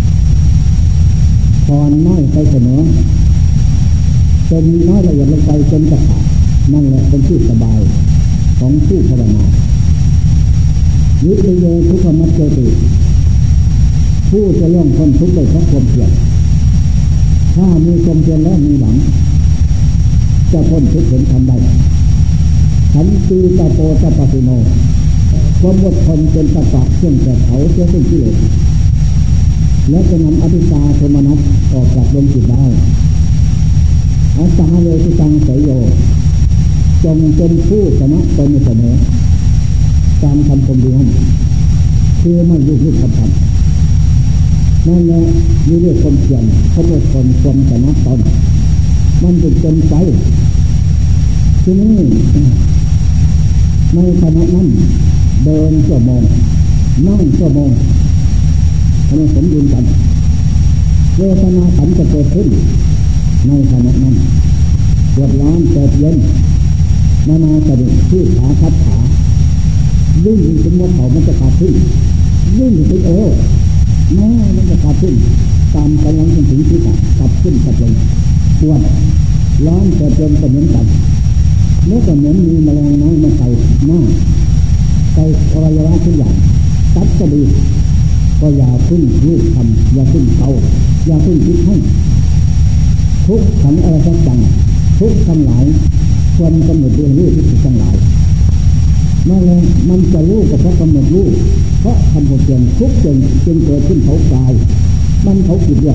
ผ่อนน้อยไปเสมอจนน้อยละเอียดลงไปจนจะขาดนั่นแหละเป็นที่สบายของผู้ภาวนาวิริยทุกขมัจเจติผู้จะล่วงพ้นทุกข์ได้เพราะความเพียรถ้ามีความเพียรแล้วมีหวังจะพ้นทุกข์เห็นทำได้ขันติตาโตตปฏิโนความอดทนเป็นตะปะเครื่องแต่เขาเชื่อซึ่งกิเลสและจะนำอภิชาโทมนัสออกจากดวงจิตได้อัตตาโยติตังเสยโยจงเป็นผู้ชนะตนเสมอการทำความดีนั้นคือไม่ยุบยุบทำทำนั่นแหละมีเรื่องความเพียรความอดทนความชนะตนมันจะจนไปทีนี้ในขณะนั้นเดินชั่วโมงนั่งชั่วโมงอันนี้สมดุลกันเวทนาขันจะเกิดขึ้นในขณะนั้นเดือดร้อนเกิดเย็นนานาสติที่ขาทับขายิ่งถึงว่าเขามันจะขาดขึ้นยิ่งถึงโอ้แม่มันจะขาดขึ้นตามกำลังจนถึงที่ขาดขับขึ้นขับลงปวดร้อนเกิดเย็นก็เหมือนกันเมื่อก็เหมือนมีแมลงน้อยมาใส่หน้าใส่อวัยวะทุกอย่างตัดก็ดีก็อย่าขึ้นรูปทำอย่าขึ้นเตาอย่าขึ้นคิดให้ทุกขันอะไรสักอย่างทุกทั้งหลายควรกำหนดเรื่องรู้ทุกทั้งหลายนั่นเลยมันจะรู้ก็เพราะกำหนดรู้เพราะทำบทเรียนทุกจนจึงเกิดขึ้นเขากายมันเขาจิตเรียก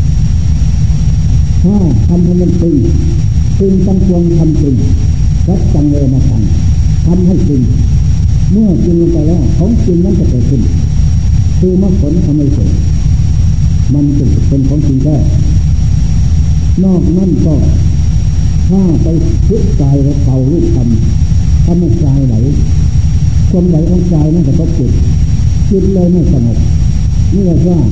ถ้าทำให้มันจริงจริงต้องควรทำจริงรักจังเลยมาทำทำให้จริงเมื่อจริงลงไปแล้วของจริงนั้นจะเกิดขึ้นคือมรรคผลทำให้เกิดมันจะเป็นของจริงแท้นอกนั้นก็ถ้าไปคิดกายและเก่ารูปทำทำให้กายไหลความไหลของกายนั่นจะตกจิตจิตเลยไม่สงบนี่เรียกว่า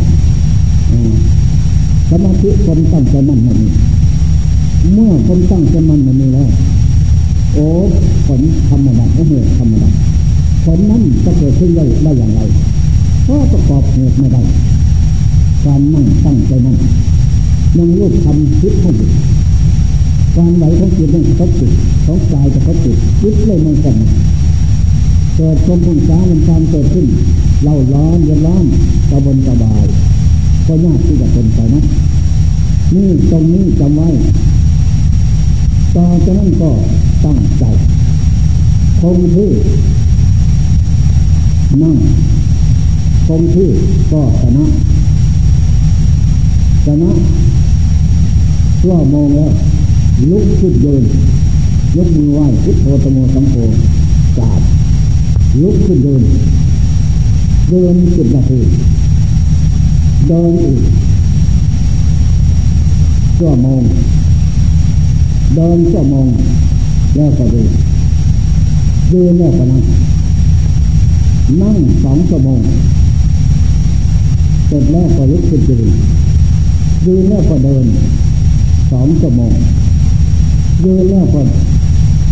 สมาธิความตั้งใจมั่นไม่มีเมื่อความตั้งใจมั่นไม่มีแล้วโอ้ผลธรรมดาเหตุธรรมดาผลนั้นจะเกิดขึ้นได้ได้อย่างไรเพราะประกอบเหตุไม่ได้การนั่งตั้งใจมั่นนั่งรูปทำคิดให้หยุดการไหลของจิตนั่นกระทบจิตของกายกระทบจิตจิตเลยมันกันเกิดความพุ่งช้ามันการเกิดขึ้นเล่าร้อนเย็นร้อนกระบนกระบายก็ยากที่จะเป็นไปนะนี่ตรงนี้จำไว้ต่อจากนั้นก็ตั้งใจคงที่นั่งคงที่ก็ชนะชนะชั่วโมงแล้วลุกขึ้นเดินยกมือไหว้พุทโธธโมสังโฆกราบลุกขึ้นเดินเดินสิบนาทีเดินอีกชั่วโมงเดินชั่วโมงแล้วก็เดินเดินแล้วก็นั่งนั่งสองชั่วโมงเสร็จแล้วก็ลุกขึ้นเดินเดินแล้วก็เดินสองชั่วโมงเดินแล้วก็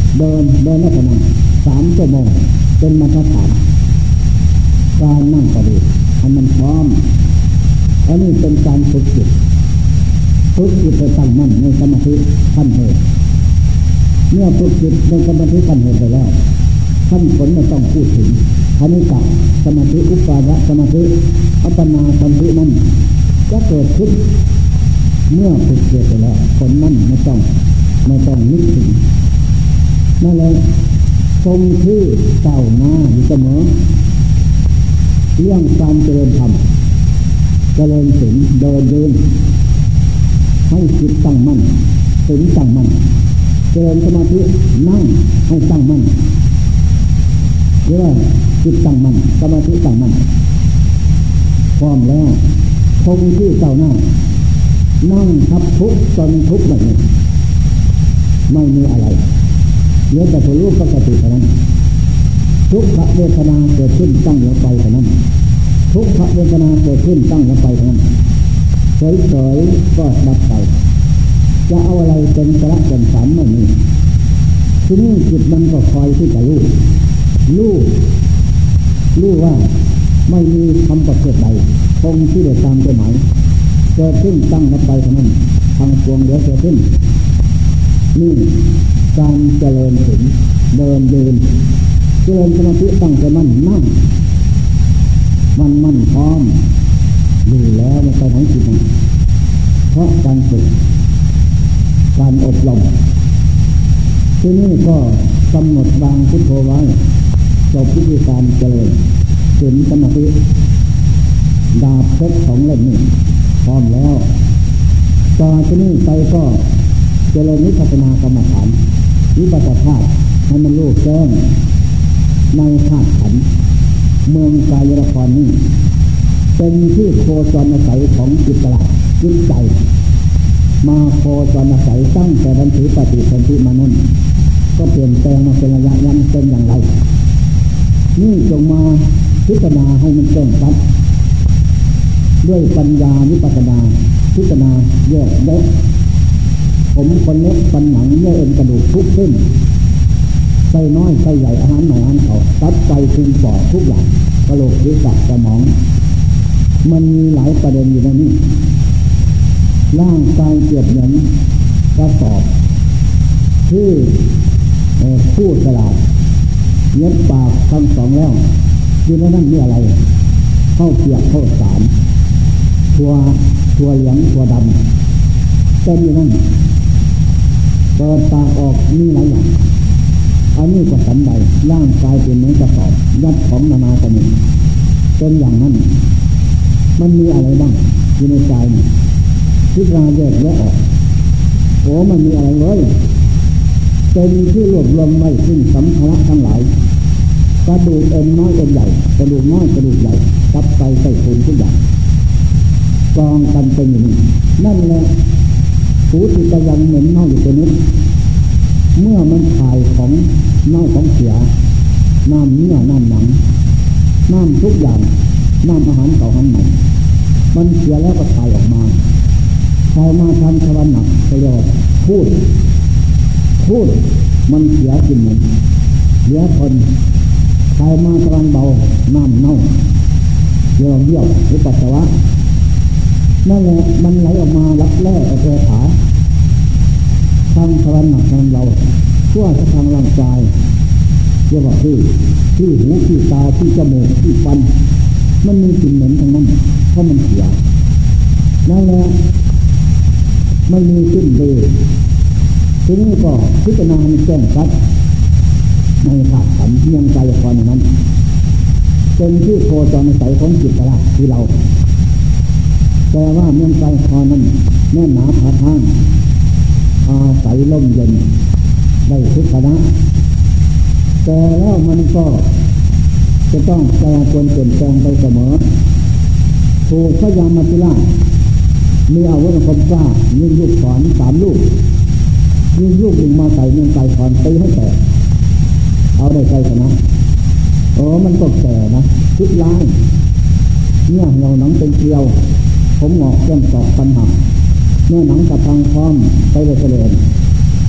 เดินเดินลักษณะสามชั่วโมงเป็นมาตรฐานการนั่งก็ดีอันมันพร้อมอันนี้เป็นการฝึกจิตฝึกจิตไปตั้งมั่นในสมาธิขั้นเหตุเมื่อฝึกจิตในสมาธิขั้นเหตุไปแล้วขั้นผลไม่ต้องพูดถึงอันนี้กับสมาธิอุปาทสมาธิอัปปนาสมาธินั้นจะเกิดขึ้นเมื่อฝึกจิตไปแล้วผลนั้นไม่ต้องไม่ต้องนึกถึงนั่นแหละทรงที่เก้าหน้าอยู่เสมอเรื่องการเจริญธรรมเจริญศีลเดินเดินให้จิตตั้งมั่นศีลตั้งมั่นเจริญสมาธินั่งให้ตั้งมั่นเรียกว่าจิตตั้งมั่นสมาธิตั้งมั่นพร้อมแล้วคงที่เก้าหน้านั่งทับทุกข์จนทุกข์แบบนี้ไม่มีอะไรเหลือแต่ผลรูปปกติเท่านั้นทุกขเวทนาเกิดขึ้นตั้งอยู่ไปเท่านั้นทุกขเวทนาเกิดขึ้นตั้งอยู่ไปเท่านั้นเฉยๆก็ดับไปจะเอาอะไรเป็นกระเป็นสันไม่มีทีนี้จิตมันก็คอยที่จะรู้รู้รู้ว่าไม่มีคำประเภทใดคงที่จะตามใจหมายเกิดขึ้นตั้งอยู่ไปเท่านั้นทางปวงเหลือเกิดขึ้นนี่การเจริญศีลเดินยืนเจริญสมาธิตั้งใจมั่นนั่งมันมั่นพร้อมอยู่แล้วมันไปทั้งจิตนั้นเพราะการฝึกการอบรมที่นี่ก็กำหนดวางพุทโธไว้จบวิธีการเจริญศีลสมาธิดาบเพชรของเล่มนี้พร้อมแล้วต่อที่นี่ไปก็เจริญวิปัสสนากรรมฐานวิปัสสนาให้มันรู้แจ้งในธาตุขันธ์เมืองกายละครนี้เป็นที่โคจรอาศัยของจิตละจิตใจมาโคจรอาศัยตั้งแต่วันถือปฏิสนธิมนุษย์ก็เปลี่ยนแปลงมาเป็นระยะยังเป็นอย่างไรนี่จงมาพิจารณาให้มันแจ้งชัดด้วยปัญญาวิปัสสนาพิจารณาแยกแยะผมคนเล็กปันหนังเนื้อเอ็นกระดูกทุกเส้นไส้น้อยไส้ใหญ่อาหารหน่อยอาหารเขาตัดไฟคุมปอดทุกอย่างกระโหลกศีรษะสมองมันมีหลายประเด็นอยู่ในนี้ร่างกายเกียบเหมือนกระสอบที่ผู้สลาดเย็บปากทั้งสองแล้วอยู่ในนั้นมีอะไรเข้าเปียกเข้าสารตัวตัวเหลืองตัวดำเป็นอยู่นั่นเปิดปากออกมีหลายอย่างอันนี้ก็สันใดร่างกายเป็นเหมือนกระสอบยัดของนานาชนิดเป็นอย่างนั้นมันมีอะไรบ้างอยู่ในใจพิจารณาแยกแยะออกโอ้มันมีอะไรเลยเป็นที่รวบรวมไว้ซึ่งสัมภาระทั้งหลายกระดูกเอ็นน้อยเอ็นใหญ่กระดูกน้อยกระดูกใหญ่ตับไตไส้พุงทุกอย่างกองกันเป็นอย่างนี้นั่นแหละหูติดยังเหม็นเน่าอยู่ตัวนี้เมื่อมันถ่ายของเน่าของเสียน้ำเนื้อน้ำหนังน้ำทุกอย่างน้ำอาหารเก่าอาหารใหม่มันเสียแล้วก็ถ่ายออกมาถ่ายมาทำทวันหนักประโยชน์พูดพูดมันเสียกินเหมือนเหลือทนถ่ายมาทวันเบาน้ำเน่าเยี่ยวเยี่ยวหรือปัสสาวะนั่นแหละมันไหลออกมารับแร่เอาตัวขาทางทวันหนักทางเราทั่วทางร่างกายเรียกว่าที่ที่หูที่ตาที่จมูกที่ฟันมันมีกลิ่นเหม็นทั้งนั้นเพราะมันเสียนั่นแหละไม่มีขึ้นเลยทีนี้ก็พิจารณาให้แจ้งชัดในธาตุขันธ์เมืองกายละครอย่างนั้นเป็นที่โคจรอาศัยของจิตละที่เราแต่ว่าเมืองกายละครนั้นแน่นหนาผาทางอาศัยลมเย็นได้ทุกขณะแต่แล้วมันก็จะต้องแปรปรวนเปลี่ยนแปลงไปเสมอถูกพยามัจจุราชมีอาวุธคมกล้ายิงลูกศรสามลูกยิงลูกหนึ่งมาใส่เมืองกายละครตีให้แตกเอาได้ใจชนะโอ้มันก็แก่นะคิดร้ายเนี่ยเหี่ยวหนังเป็นเกลียวผมหงอกเส้นตอกปัญหาเนื้อหนังกระพังพร้อมไปเลยเฉลย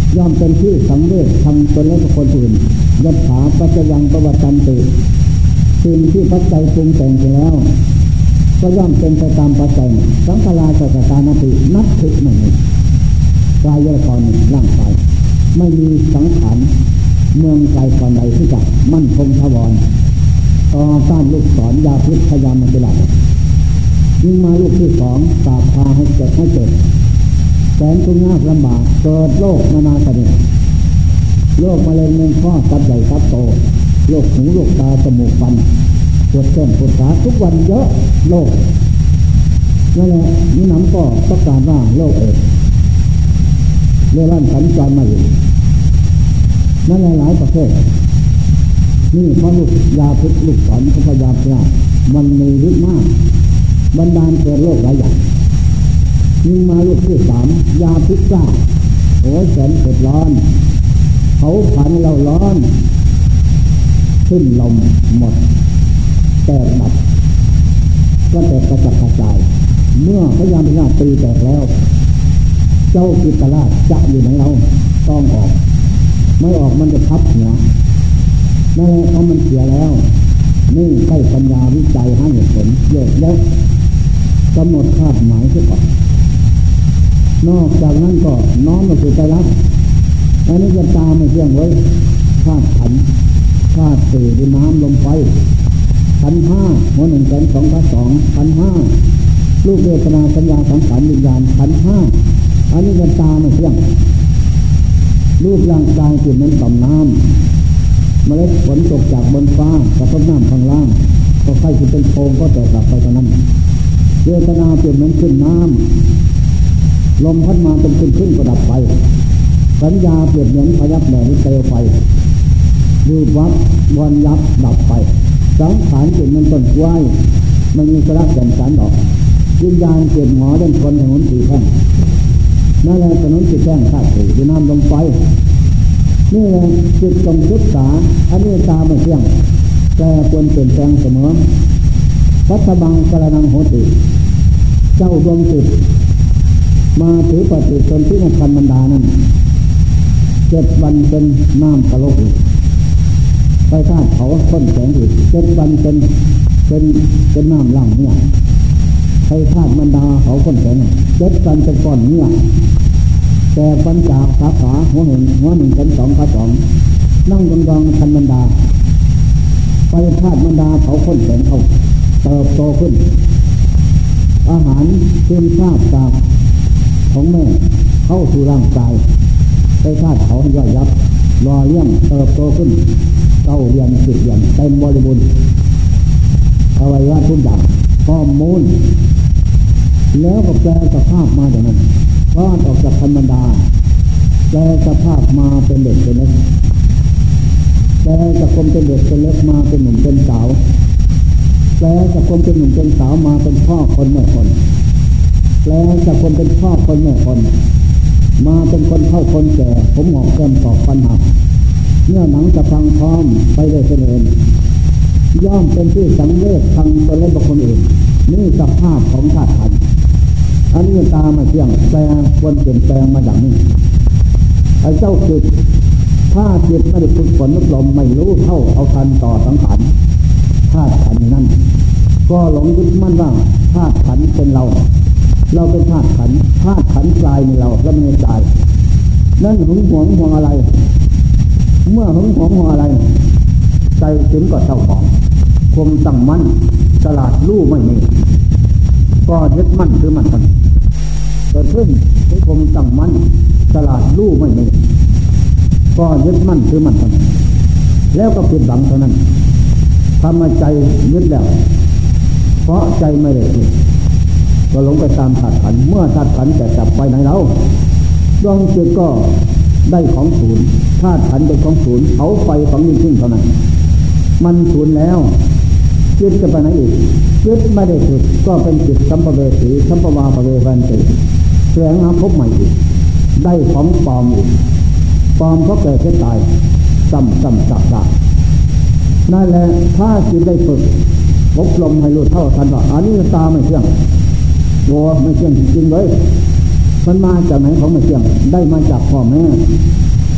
ย่อมเป็นที่สังเวชทางตนและคนอื่นยัตถาปัจจยังประวัติติสิ่งที่ปัจจัยปรุงแต่งไปแล้วก็ย่อมเป็นไปตามปัจจัยสังขารสัจจานาตินัตถิไม่มีกายละครร่างกายไม่มีสังขารเมืองไกลก่อนใดที่จะมั่นคงถาวรต่อต้านลูกศรยาพิษพยามันเป็นหลักยิ่งมาลูกที่สองตาพาให้เกิดให้เกิดแสนทุกข์ยากลำบากเกิดโรคนานาชนิดโรคมะเร็งเมืองข้อตับใหญ่ตับโตโรคหูโรคตาจมูกฟันปวดแข้งปวดขาทุกวันเยอะโรคนั่นแหละนี่น้ำก็ต้องการว่าโรคเอดส์เรื่องร่างสัญจรมาอยู่นั่นหลายประเทศนี่เพราะลูกยาพิษลูกศรเขาพยายามเนี่ยมันมีฤทธิ์มากบรรดาลเกิดโรคหลายอย่างยิ่งมาลูกที่สามยาพิษซ่าโอ้ยแสนเผ็ดร้อนเขาผันเราร้อนขึ้นลมหมดแตกดับก็แตกกระจัดกระจายเมื่อพยายามพิจารณาตีแตกแล้วเจ้ากิตราชจะอยู่ในเราต้องออกไม่ออกมันจะทับหัวนั่นแหละเพราะมันเสียแล้วนี่ใช้ปัญญาวิจัยหาเหตุผลแยกแยะกำหนดคาดหมายเสียก่อนนอกจากนั้นก็น้อมมาสู่ใจรักอันนี้จะตามไม่เที่ยงไว้คาดขันคาดสื่อด้วยน้ำลมไฟขันห้าหัวหนึ่งแขนสองขาสองขันห้าลูกเวทนาสัญญาสังขารวิญญาณขันห้าอันนี้จะตามไม่เที่ยงรูปร่างกายจิตนั้นต่ำน้ำเมล็ดฝนตกจากบนฟ้ากระทบน้ำข้างล่างก็ใครจะเป็นโพงก็แตกกลับไปเท่านั้นเวทนาเปลี่ยนเหมือนขึ้นน้ำลมพัดมาเป็นขึ้นขึ้นก็ดับไปสัญญาเปลี่ยนเหมือนพยับแหลมเตลไฟรูปวับวันยับดับไปสังขารเปลี่ยนเหมือนต้นกล้วยไม่มีสาระแก่นสารออกวิญญาณเปลี่ยนหมอเดินคนถนนสี่แท่งนั่นแหละถนนสี่แท่งธาตุสี่ด้วยน้ำลมไฟนี่แหละจิตจงศึกษาอันนี้ตาไม่เที่ยงแต่ควรเปลี่ยนแปลงเสมอวัฏบังกรณังโหติเจ้าดวงจิตมาถือปฏิสนธิในคันบรรดานั้นเจ็ดวันเป็นน้ำกระโลกไปธาตุเขาค้นแสงอีกเจ็ดวันเป็นเป็นเป็นน้ำล่างเนี่ยไปธาตุบรรดาเขาค้นแสงเจ็ดวันเป็นก้อนเนี่ยแต่ปัญจาสาขาหัวหนึ่งหัวหนึ่งเป็นสองขาสองนั่งยองยองคันบรรดาไปธาตุบรรดาเขาค้นแสงเขาเติบโตขึ้นอาหารเชื่อมชาติจากของแม่เข้าสู่ร่างกายไปธาตุเขาย่อยยับรอเลี้ยงเติบโตขึ้นเก้าเดือนสิบเดือนเต็มบริบูรณ์อวัยวะทุกอย่างข้อมูลแล้วก็แปลสภาพมาจากนั้นก็ออกจากธรรมดาแปลสภาพมาเป็นเด็กเป็นเล็กแปลจากคนเป็นเด็กเป็นเล็กมาเป็นหนุ่มเป็นสาวแปลจากคนเป็นหนุ่มเป็นสาวมาเป็นพ่อคนแม่คนแปลจากคนเป็นพ่อคนแม่คนมาเป็นคนเข้าคนแก่ผมหงอกแก้มตอกฟันหักเนื้อหนังจะพังพร้อมไปได้เจริญย่อมเป็นที่สังเวชทางตนและบุคคลอื่นนี่สภาพของธาตุขันธ์อันนี้ตามาเที่ยงแปลควรเปลี่ยนแปลงมาอย่างนี้ไอ้เจ้าจิตถ้าจิตไม่ได้ฝึกฝนอบรมไม่รู้เท่าเอาทันต่อสังขารธาตุขันธ์นั้นก็หลงยึดมั่นว่าธาตุขันธ์เป็นเราเราเป็นธาตุขันธ์ธาตุขันธ์กลายในเราแล้วไม่ได้กลายนั่นหึงหวงห่วงอะไรเมื่อหึงหวงห่วงอะไรใจถึงก็เศร้าหมองความตั้งมั่นตลาดลู่ไม่มีก็ยึดมั่นคือมันกันเกิดขึ้นให้ความตั้งมั่นตลาดลู่ไม่มีก็ยึดมั่นคือมันกันแล้วก็ผิดหวังเท่านั้นทำมาใจยึดแล้วเพราะใจไม่ได้ยึดก็หลงไปตามธาตุขันธ์เมื่อธาตุขันธ์แต่จับไปไหนแล้วดวงจิตก็ได้ของศูนย์ธาตุขันธ์เป็นของศูนย์เผาไฟของยิ่งขึ้นเท่านั้นมันศูนย์แล้วจิตจะไปไหนอีกจิตไม่ได้ฝึกก็เป็นจิตสัมภเวสีสัมภวาภเววันติแสวงหาพบใหม่อีกได้ของปลอมอีกปลอมเพราะเกิดขึ้นตายซ้ำซ้ำซักซักนั่นแหละถ้าจิตได้ฝึกอบรมให้รู้เท่าทันว่าอันนี้ตาไม่เที่ยงวัวไม่เที่ยงจริงๆเลยมันมาจากไหนของไม่เที่ยงได้มาจากพ่อแม่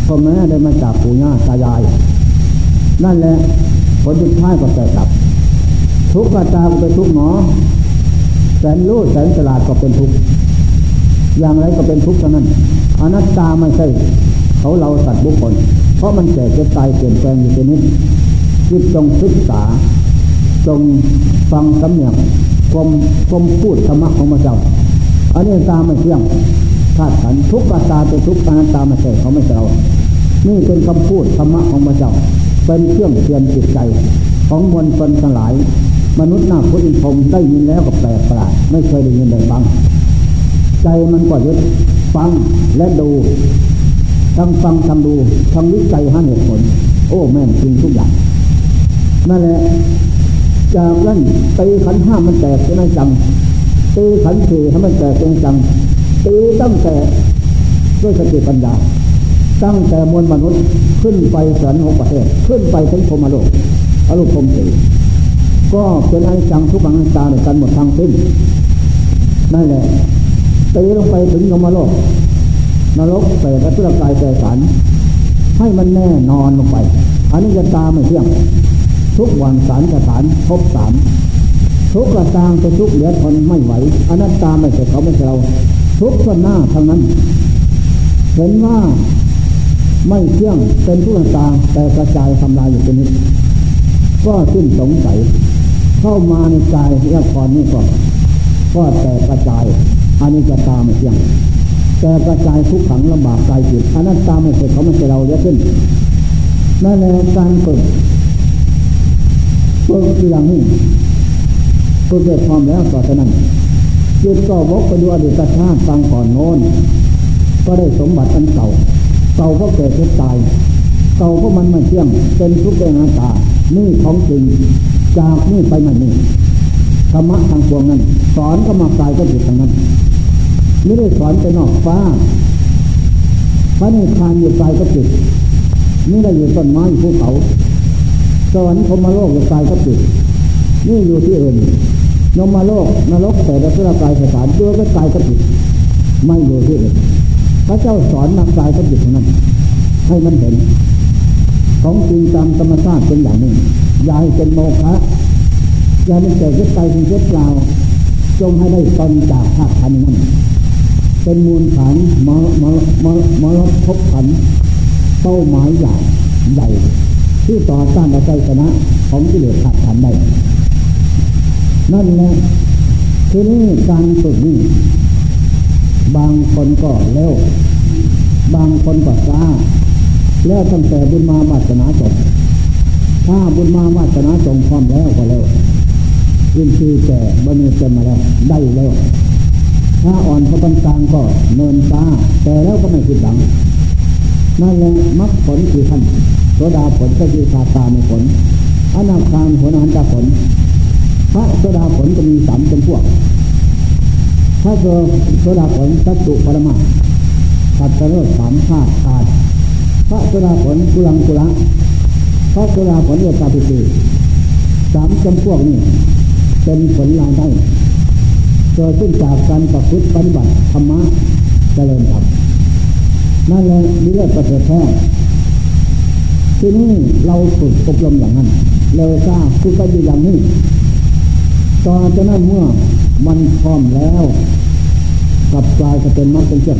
พ่อแม่ได้มาจากปู่ย่าตายายนั่นแหละผลสุดท้ายก็แตกดับทุกข์กตาก็เป็นทุกข์หนอแสนรู้แสนฉลาดก็เป็นทุกข์อย่างไรก็เป็นทุกข์เท่านั้นอนัตตาไม่ใช่เขาเราสัตว์บุคคลเพราะมันแก่เจ็บตายเปลี่ยนแปลงอยู่ชนิดจิตจงศึกษาจงฟังสำเนียกกลมกลมพูดธรรมะของพระเจ้าอันนี้ตาไม่เที่ยงธาตุขันธ์ทุกข์ตาเป็นทุกข์อนัตตาไม่ใช่เขาไม่ใช่เรานี่เป็นคำพูดธรรมะของพระเจ้าเป็นเครื่องเตือนจิตใจของมวลชนทั้งหลายมนุษย์หน้าพุทธิพงศ์ได้ยินแล้วก็แปลกประหลาดไม่เคยได้ยินได้ฟังใจมันก็ยึดฟังและดูทั้งฟังทั้งดูทั้งวิจัยหาเหตุผลโอ้แม่นจริงทุกอย่างนั่นแหละจากนั้นตีขันธ์ห้ามันแตกเป็นไงจังตีขันธ์สี่ให้มันแตกเป็นจังตีตั้งแต่ด้วยสติปัญญาตั้งแต่มวลมนุษย์ขึ้นไปแสนหกประเทศขึ้นไปถึงพรหมโลกอรูปพรหมสี่ก็เป็นอนิจจังทุกขังอนัตตาในกันหมดทั้งสิ้นนั่นแหละตีลงไปถึงยมโลกนรกเปรตอสุรกายเปรตสารให้มันแน่นอนลงไปอนิจจตาไม่เที่ยงทุกวันสารสถานพบสามทุกกระตางเป็นทุกเหลือทนไม่ไหวอนัตตาไม่ใช่เขาไม่ใช่เราทุกส่วนหน้าทั้งนั้นเห็นว่าไม่เที่ยงเป็นทุกข์ตาแต่กระจายทำลายอยู่เป็นนิดก็สิ้นสงสัยเข้ามาในกายละครนี่ก็ก็แต่กระจายอนิจจตาไม่เที่ยงแต่กระจายทุกขังลำบากกายจิตอนัตตาไม่ใช่เขาไม่ใช่เราเยอะขึ้นนั่นแหละการฝึกฝึกอย่างนี้ฝึกเกิดความแล้วต่อจากนั้นจิตก็วกไปดูอดีตชาติฟังก่อนโน้นก็ได้สมบัติอันเก่าเก่าเพราะเกิดเกิดตายเก่าเพราะมันไม่เที่ยงเป็นทุกข์เป็นอนัตตานี่ของจริงจากนี่ไปมันนี่ธรรมะทางปวงนั้นสอนก็มากายก็จิตทางนั้นไม่ได้สอนไปนอกฟ้าพระนิพพานอยู่กายก็จิตนี่ได้อยู่ต้นไม้ภูเขาสวรรค์พรหมโลกอยู่กายก็จิตนี่อยู่ที่อื่นยมโลกนรกแต่ละสุรกายสถานตัวก็กายก็จิตไม่อยู่ที่อื่นพระเจ้าสอนนักกายก็จิตทั้งนั้นให้มันเห็นของจริงตามธรรมชาติเป็นอย่างนี้อย่าให้เป็นโมฆะอย่าให้เกิดขึ้นไปเป็นเจ็บเปล่าจงให้ได้ตนจากธาตุขันธ์นั้นเป็นมูลฐานมรมรมรมรทบขันธ์เป้าหมายใหญ่ใหญ่ที่ต่อต้านและใจชนะของกิเลสธาตุขันธ์ได้นั่นแหละทีนี้การฝึกนี้บางคนก็เร็วบางคนก็ช้าแล้วตั้งแต่บุญมาวาสนาจบถ้าบุญมาวาสนาจงพร้อมแล้วก็แล้วยินดีแก่บำเพ็ญเต็มมาแล้วได้แล้วถ้าอ่อนพระปัญจางก็เนินตาแต่แล้วก็ไม่ผิดหวังนั่นแหละมรรคผลคือขั้นโสดาผลก็คือขาตาในผลอนาคาผลอรหันตผลพระโสดาผลก็มีสามเป็นพวกพระโสดาผลสัจจุปรมาสัตตโรสามชาติขาดพระโสดาผลกุลังกุละพระโสดาผลเอตาปิติสามจำพวกนี้เป็นผลรายได้เกิดขึ้นจากการประพฤติปฏิบัติธรรมะเจริญธรรมนั่นแหละมีเรื่องประเสริฐแท้ทีนี้เราฝึกอบรมอย่างนั้นเลยทราบคือไปอยู่อย่างนี้ต่อจากนั้นเมื่อมันพร้อมแล้วกลับกลายจะเป็นมรรคเป็นเจ้า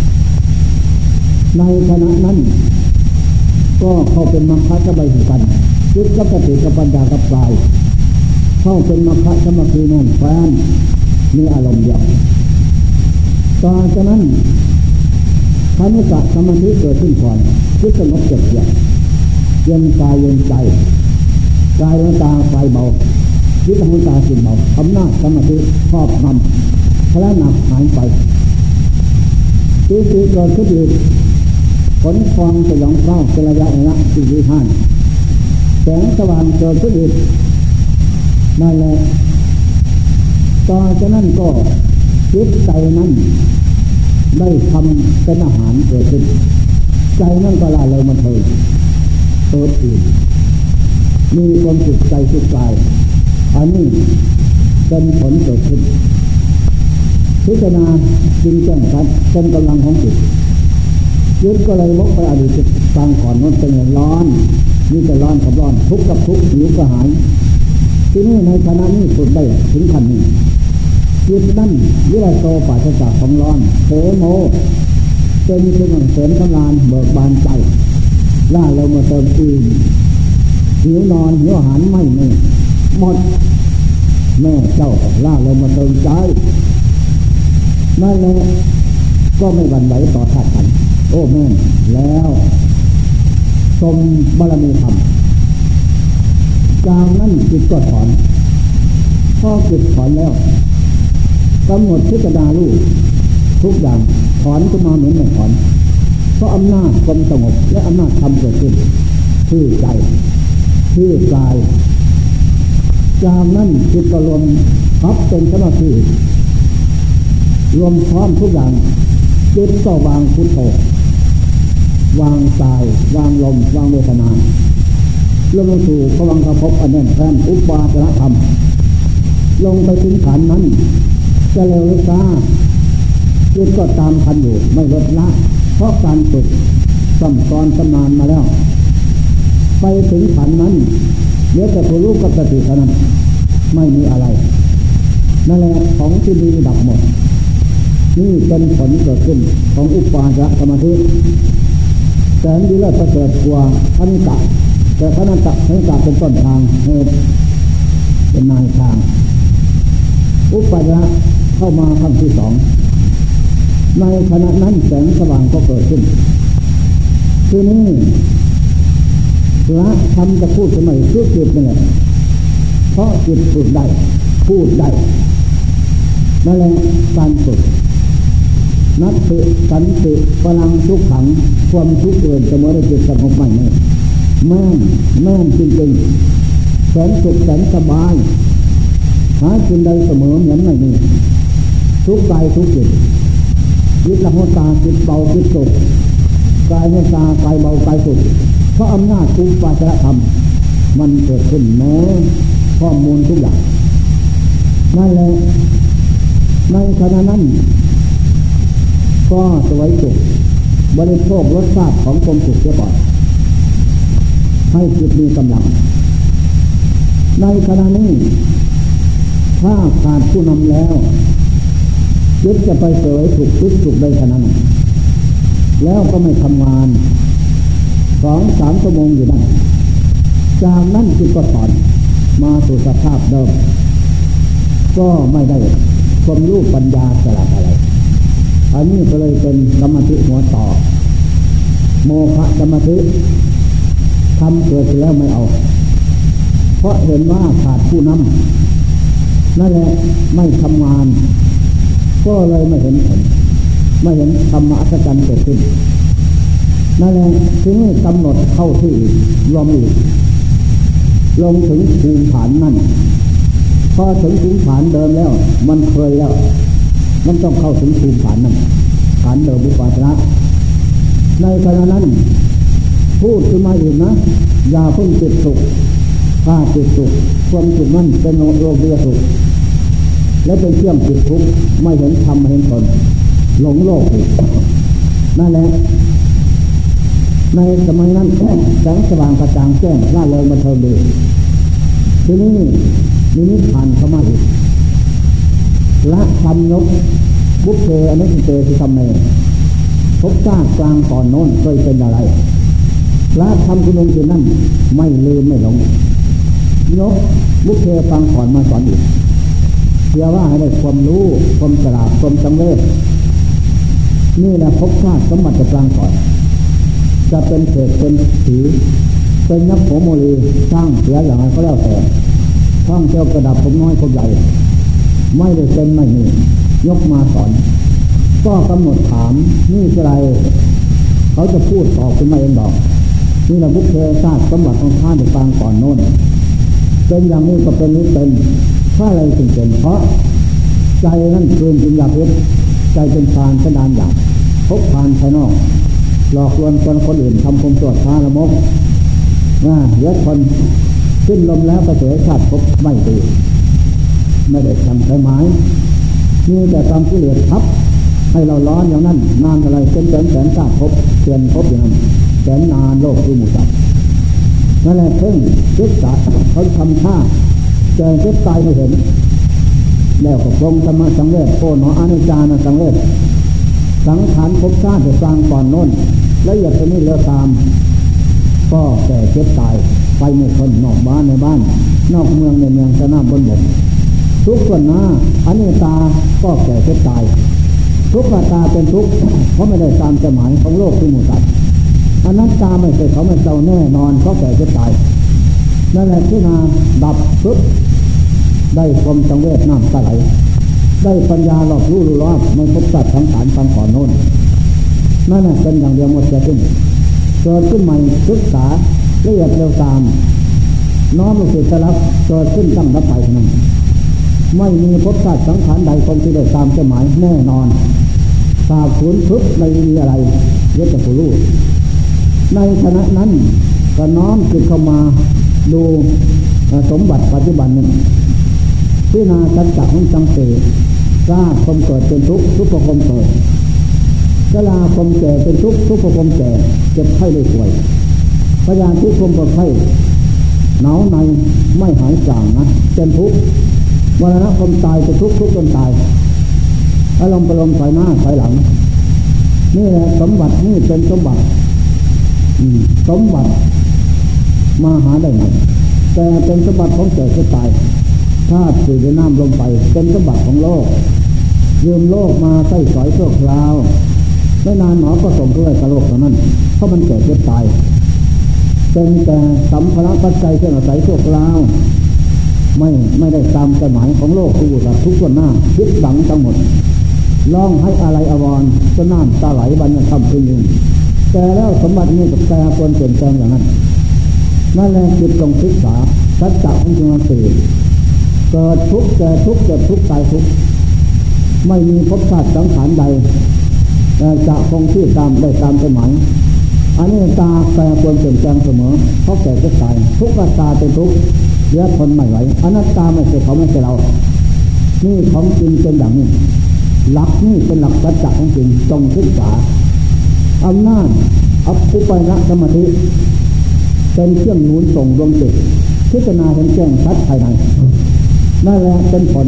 ในขณะนั้นก็เข้าเป็นมรรคจะไปถึงกันจิตกับสติกับปัญญากับกายเข้าเป็นมรรคสมาธินั่นแฟนมีอารมณ์เดียวต่อจากนั้นคณิกะสมาธิเกิดขึ้นก่อนจิตสงบเจ็บเย็นเย็นกายเย็นใจกายและตาไฟเบาจิตและตาสิ่งเบาอำนาจสมาธิครอบงำพละหนักหายไปจิตเกิดขึ้นอีกผลฟองสยองเก้าเป็นระยะระยะสี่วิห้าแสงสว่างเกิดขึ้นอีกนั่นแหละต่อจากนั้นก็จิตใจนั้นได้ทำเป็นอาหารเกิดขึ้นใจนั้นก็ละเลยมันเถิดเปิดอีกมีความสุขใจสุขกายอันนี้เป็นผลเกิดขึ้นพิจารณาจริงแจ้งชัดเป็นกำลังของจิตยึดก็เลยวกไปอดีตกลางก่อนนั้นเป็นร้อนนี่จะร้อนกับร้อนทุกข์กับทุกข์หิวก็หายที่นี่ในขณะนี้สุดได้ถึงขั้นนี้จิตนั่นวิริโตปัจจักของร้อนเสโมเป็นเครื่องเสริมกำลังเบิกบานใจล่าเรามาเติมอิ่มหิวนอนหิวอาหารไม่มีหมดแม่เจ้าล่าเรามาเติมใจนั่นแหละก็ไม่หวั่นไหวต่อธาตุขันธ์โอ้แม่แล้วทรงบารมีธรรมจากนั้นจิตก็ถอนพอจิตถอนแล้วกำหนดพิจารณารู้ทุกอย่างถอนขึ้นมาเหมือนไม่ถอนเพราะอำนาจความสงบและอำนาจธรรมเกิดขึ้นที่ใจที่กายจากนั้นจิตก็รวมพับเป็นสมาธิรวมพร้อมทุกอย่างจิตก็วางพุทโธวางกายวางลมวางเวทนาลงสู่พวังคภพอันแน่นแฟ้นอุปาจารธรรมลงไปถึงฐานนั้นจะเร็วหรือช้าจิตก็ตามทันอยู่ไม่ลดละเพราะการฝึกซ้ำซ้อนชำนาญมาแล้วไปถึงฐานนั้นเหลือแต่ผู้รู้กับสติเท่านั้นไม่มีอะไรนั่นแหละของที่มีดับหมดนี่เป็นผลเกิดขึ้นของอุปาจารสมาธิแสนดีเลิศประเสริฐกว่าคณิกะแต่คณิกะคณิกะเป็นต้นทางเหตุเป็นนายทางอุปาจารเข้ามาครั้งที่สองในขณะนั้นแสงสว่างก็เกิดขึ้นทีนี้ละธรรมจะพูดสมัยคือจิตนี่แหละเพราะจิตฝึกได้พูดได้นั่นแหละการฝึกนัตติสันติพลังทุกขังความทุกข์เกินเสมอได้จิตสงบไม่แน่แม่นแม่นจริงๆแสนสุขแสนสบายหาจิตใดเสมอเหมือนไม่มีทุกกายทุกจิตจิตละหัวตาจิตเบาจิตสุขกายหัวตากายเบากายสุขเพราะอำนาจอุปาจารธรรมมันเกิดขึ้นแม้ข้อมูลทุกอย่างนั่นแหละในขณะนั้นก็สวยสุขบริโภครสชาติของความสุขเสียก่อนให้จิตมีกำลังในขณะนี้ถ้าขาดผู้นำแล้วจิตจะไปเสวยสุขทุกสุขในขณะนั้นแล้วก็ไม่ทำงานสองสามชั่วโมงอยู่นั่นจากนั้นจิตก็ถอนมาสู่สภาพเดิมก็ไม่ได้ความรู้ปัญญาสลับอะไรอันนี้ก็เลยเป็นสมาธิหัวต่อโมฆะสมาธิทำเกิดแล้วไม่เอาเพราะเห็นว่าขาดผู้นำนั่นแหละไม่ทำงานก็เลยไม่เห็นผลไม่เห็นธรรมะอัศจรรย์เกิดขึ้นนั่นแหละทีนี้กำหนดเข้าที่รวมอีกลงถึงภูมิฐานนั่นพอถึงภูมิฐานเดิมแล้วมันเคยแล้วมันต้องเข้าถึงภูมิฐานนั่นฐานเดิมอุปาจารในขณะนั้นพูดขึ้นมาอีกนะอย่าเพิ่งติดสุขถ้าติดสุขความสุขนั้นเป็นโลภะสุขและเป็นเครื่องติดทุกข์ไม่เห็นธรรมไม่เห็นผลหลงโลกอีกนั่นแหละในสมัยนั้นแสงสว่างกระจ่างแจ้งร่าเริงบันเทิงดีทีนี้นิมิตผ่านเข้ามาอีกละธรรมนกบุพเพอนุสเตสิธรรมเมพบชาติกลางก่อนโน้นเคยเป็นอะไรละธรรมคุณองค์นั้นไม่ลืมไม่หลงยกบุพเพฟังก่อนมาสอนอีกเพื่อว่าให้ได้ความรู้ความฉลาดความจำเริญนี่แหละพบชาติสมบัติกลางก่อนจะเป็นเศษเป็นสีเป็นนักโหโมลีสร้างเสียอย่างไรก็แล้วแต่ช่องเจ้ากระดับผมน้อยผมใหญ่ไม่ได้เป็นไม่มียกมาสอนก็กำหนดถามนี่อะไรเขาจะพูดตอบขึ้นมาเองดอกนี่แหละบุพเพชาติสมบัติของท่านในปางก่อนโน้นเป็นอย่างนี้ก็เป็นนี้เป็นถ้าอะไรจึงเป็นเพราะใจนั่นเกินจินยาพิษใจเป็นฌานเป็นดานอย่างพบผ่านภายนอกหลอกลวงคนคนอื่นทำความชั่วช้าละมกนะเยอะคนขึ้นลมแล้วไปเสียชาติพบไม่ดีไม่ได้ทำใช้ไม้มีแต่ทำกิเลสทับให้เราร้อนอย่างนั้นนานอะไรเป็นแสนแสนชาติพบเปลี่ยนภพอย่างนั้นแสนนานโลกคือหมู่สัตว์นั่นแหละเพิ่งศึกษาเขาทำท่าเจอเจ็บตายไม่เห็นแล้วก็ปรงธรรมะสังเวชโอ้หนออนิจจานะสังเวชสังขารภพชาติจะสร้างก่อนโน้นละเอียดตัวนี้เลือตามก็แก่เจ็บตายไปหมู่คนนอกบ้านในบ้านนอกเมืองในเมืองสนามบนบกทุกส่วนหน้าอนิจจาก็แก่เจ็บตายทุกขตาเป็นทุกข์เพราะไม่ได้ตามใจหมายของโลกที่หมู่สัตว์อนัตตาไม่เคยเขาไม่เจ้าแน่นอนก็แก่เจ็บตายนั่นแหละที่นาดับปึ๊บได้ความสังเวชน้ำตาไหลได้ปัญญาหลอกรู้รู้รอบไม่พบสัตว์สังขารฟังก่อนโน้นนั่นแหละเป็นอย่างเดียวหมดจะขึ้นเกิดขึ้นใหม่ศึกษาละเอียดเร็วตามน้อมลงสู่สลับเกิดขึ้นตั้งรับไปนั้นไม่มีพบสัตว์สังขารใดคงที่ได้ตามใจหมายแน่นอนสาบสูญทุกไม่มีอะไรยศจะผู้รู้ในขณะนั้นก็น้อมจิตเข้ามาดูสมบัติปัจจุบันนี้พิจารณาสัจจะของสังเสริทราบความเกิดเป็นทุกข์ทุกข์ความเกิดชราความแก่เป็นทุกข์ทุกข์ความแก่เจ็บไข้ได้ป่วยพยานที่ความปวดไข้หนาวในไม่หายจางนะเป็นทุกข์มรณะความตายเป็นทุกข์ทุกข์จนตายอารมณ์ประลมถอยหน้าถอยหลังนี่แหละสมบัตินี่เป็นสมบัติสมบัติมาหาได้ไหมแต่เป็นสมบัติของแก่ที่ตายธาตุสี่ดินน้ำลมไปเป็นสมบัติของโลกยืมโลกมาใส่สอยชั่วคราวไม่นานหนอก็ส่งด้วยกับโลกเท่านั้นเพราะมันแก่ที่ตายเป็นแต่สัมภาระปัจจัยเครื่องอาศัยชั่วคราวไม่ไม่ได้ตามใจหมายของโลกทุกข์ทุกส่วนหน้าคิดหวังทั้งหมดร้องให้อะไรอวรจนน้ำตาไหลบรรยทำขึ้นยืนแต่แล้วสมบัตินี้กับแต่ควรเปลี่ยนแปลงอย่างนั้นนั่นแหละจิตจงศึกษาสัจจะของจริงมันตื่นเกิดทุกข์แก่ทุกข์เกิดทุกข์ตายทุกข์ไม่มีภพชาติสังขารใดจะคงที่ตามได้ตามใจหมายอันนี้ตาแปรปรวนเปลี่ยนแปลงเสมอเพราะแก่ก็ตายทุกข์ตาเป็นทุกข์เยอะทนไม่ไหวอนัตตาไม่ใช่เขาไม่ใช่เรานี่ของจริงเป็นอย่างนี้หลักนี่เป็นหลักสัจจะของจริงจงศึกษาอำนาจอัปปุปนะสมาธิเป็นเครื่องหนุนส่งดวงจิตพิจารณาเห็นแจ้งชัดภายในนั่นแหละเป็นผล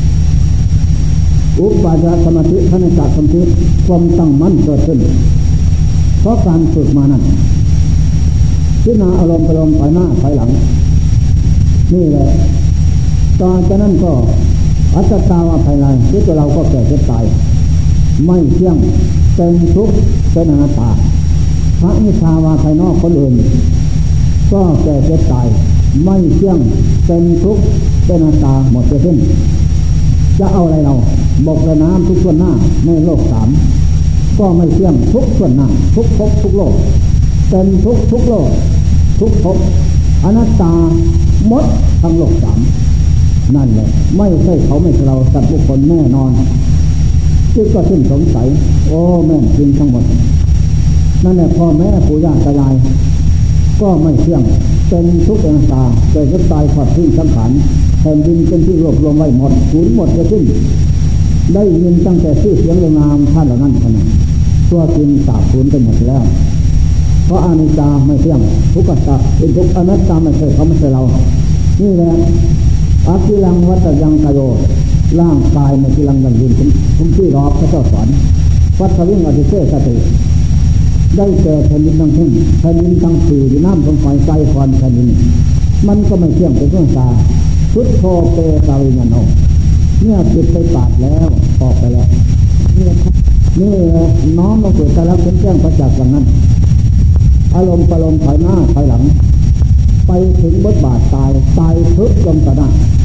อุปาจารสมาธิขณะจักสมาธิความตั้งมั่นเกิดขึ้นเพราะการฝึกมานั้นพิจารณาอารมณ์อารมณ์ภายหน้าภายหลังนี่แหละตอนจากนั้นก็อัตตาวาภายในที่ตัวเราก็แก่เจ็บตายไม่เที่ยงเป็นทุกข์เป็นอนัตตาพระนิพพานภายนอกคนอื่นก็แก่เจ็บตายไม่เที่ยงเป็นทุกข์เป็นอนัตตาหมดไปสิ้นจะเอาอะไรเราบกระน้ำทุกส่วนหน้าในโลกสามก็ไม่เที่ยงทุกส่วนหน้าทุกภพทุกโลกเป็นทุกทุกโลกทุกภพอนัตตาหมดทั้งโลกสามนั่นแหละไม่ใช่เขาไม่ใช่เราสัตว์บุคคลแน่นอนจึงก็สิ้นสงสัยโอ้แม่นจริงทั้งหมดนั่นแหละพ่อแม่ปู่ย่าตายายก็ไม่เที่ยงเป็นทุกข์อนัตตาเกิดขึ้นตายขอดทิ้งสังขารแผ่นดินเป็นที่รวบรวมไว้หมดสูญหมดจะสิ้นได้ยินตั้งแต่ชื่อเสียงเรียงนามท่านเหล่านั้นขนาดตัวจริงสาบสูญไปหมดแล้วเพราะอนิจจาไม่เที่ยงทุกข์ตาเป็นทุกข์อนัตตาไม่ใช่เขาไม่ใช่เรานี่แหละอากิลังวัตยังกโยร่างกายในกิลังยังยืนผมที่รอบพระเจ้าสอนวัดสวิงอธิเสสติได้แก่แผ่นดินทั้งทิ้งแผ่นดินทั้งสี่ดินน้ำทั้งไฟไฟควันแผ่นดินมันก็ไม่เที่ยงเป็นเรื่องตาพุทโธเปตาวิญญาโนเนี่ยจิตไปปาดแล้วออกไปแล้วนี่นี่น้อมมาเกิดแต่แล้วเป็นแจ้งประจักษ์อย่างนั้นอารมณ์ประลมถอยหน้าถอยหลังไปถึงบทบาทตายตายทุกลมตะหน้า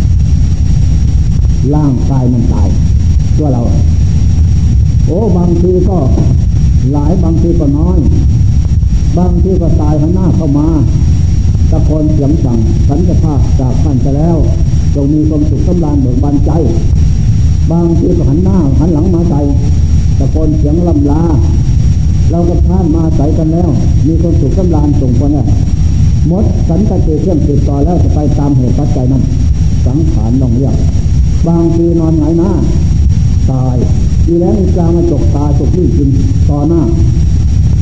ร่างกายมันตายตัวเราโอ้บางทีก็หลายบางทีก็น้อยบางทีก็ตายหันหน้าเข้ามาตะโกนเสียงสั่งสัญญาภาพจากท่านไปแล้วจงมีความสุขสำราญเบิกบานใจบางทีก็หันหน้าหันหลังมาใส่ตะโกนเสียงลำลาเรากับท่านมาใส่กันแล้วมีความสุขสำราญส่งคนเนี่ยหมดสันตะเกียเครื่องติดต่อแล้วจะไปตามเหตุปัจจัยนั้นสังขารลองเรียกบางทีนอนหงายหน้าตายทีแล้วอีกามาจกตาจกลิ้นกินต่อหน้า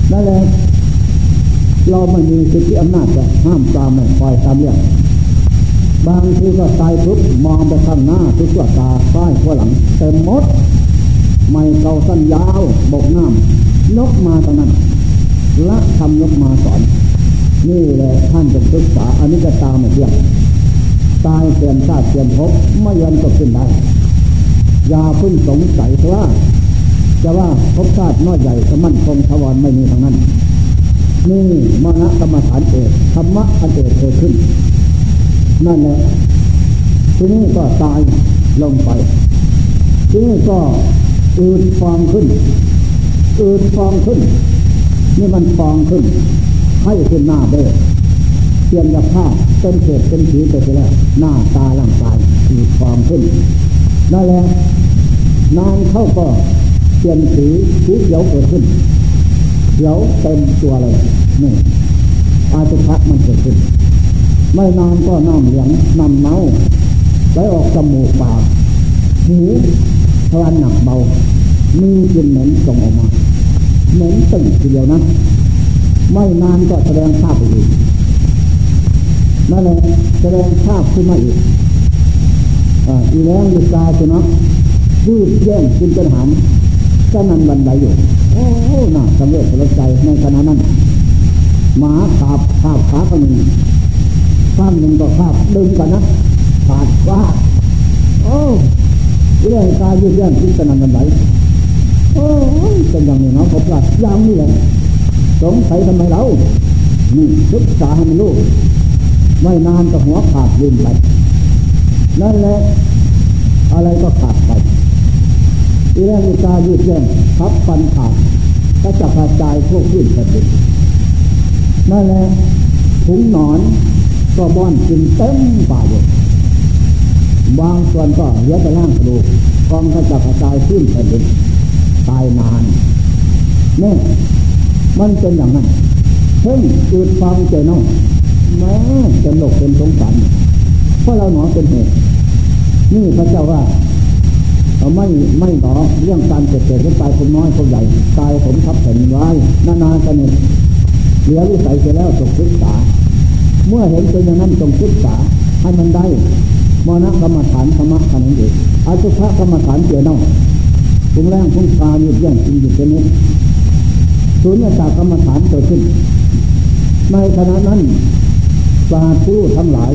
นั่นแหละเราไม่มีสิทธิอำนาจจะห้ามปรามไม่ปล่อยตามเรื่องบางทีก็ตายปุ๊บมองไปข้างหน้าทุกตัวตาซ้ายขวาหลังเต็มหมดไม่เกาสั้นยาวบกน้ำยกมาตรงนั้นละทำยกมาสอนนี่แหละท่านจงศึกษาอันนี้จะตามมาเรื่องตายเปลี่ยนชาติเปลี่ยนภพไม่ยันก็ขึ้นได้อย่าพึ่งสงสัยว่าจะว่าภพชาติน้อยใหญ่สมั่นคงทวารไม่มีทางนั้นนี่มรณะกรรมฐานเอกธรรมะอันเอกเกิดขึ้นนั่นแหละทีนี้ก็ตายลงไปทีนี้ก็อืดฟองขึ้นอืดฟองขึ้นนี่มันฟองขึ้นให้ขึ้นหน้าเบ้เปลี่ยนจากผ้าเป็นเศษเป็นสีไปแล้วหน้าตาร่างกายอืดฟองขึ้นนั่นแหละนานเข้าก็เปลี่ยนสีสีเขียวเกิดขึ้นเขียวเต็มตัวเลยนี่อาสุภะมันเกิดขึ้นไม่นานก็น้ำเหลืองน้ำเน่าไหลออกจมูกปากหูพลันหนักเบามีกลิ่นเหม็นส่งออกมาเหม็นตึงทีเดียวนะไม่นานก็แสดงภาพอีกนั่นแหละแสดงภาพขึ้นมาอีกอ่าอีแรงอีกาสุนัขยืดแย่งกินเป็นอาหารก็นันบันไดอยู่โอ้หน้าสำเร็จสลดใจในขณะนั้นหมาขาบขาบขาคนหนึ่งข้างหนึ่งก็ขาบดึงกันนะขาดว่าโอ้อีแรงกายืดแย่งกินเป็นนันบันไดโอ้เป็นอย่างนี้เนาะผมว่าอย่างนี้แหละสงสัยทำไมเรานี่ศึกษาให้มันรู้ไม่นานก็หัวขาดลืมไปนั่นแหละอะไรก็ขาดไปอีแรงมีตายืดแย่งทับฟันขาดก็จะกระจายทั่วพื้นแผ่นดินนั่นแหละถุงหนอนก็บ้อนกินเต็มป่าอยู่บางส่วนก็เหลือแต่ร่างกระดูกกองก็จะกระจายพื้นแผ่นดินตายนานเนี่ยมันเป็นอย่างนั้นเพิ่งอืดฟังใจน้องแม้เป็นโรคเป็นสงสารเพราะเราหนอเป็นเหตุนี่พระเจ้าว่าไม่ไม่หนอเรื่องการเกิดเกิดขึ้นตายคนน้อยคนใหญ่ตายผมทับแผ่นไว้นานๆกันเนี่ยเหลือวิสัยไปแล้วจงศึกษาเมื่อเห็นเป็นอย่างนั้นจงศึกษาให้มันได้มรณะกรรมฐานธรรมะกันนั่นเองอาสุภะกรรมฐานเกี่ยวน้องปรุงแรงปรุงกาหยุดแย่งจริงหยุดเป็นนิดสุญญตากรรมฐานเกิดขึ้นในขณะนั้นปราชญ์ผู้ทั้งหลาย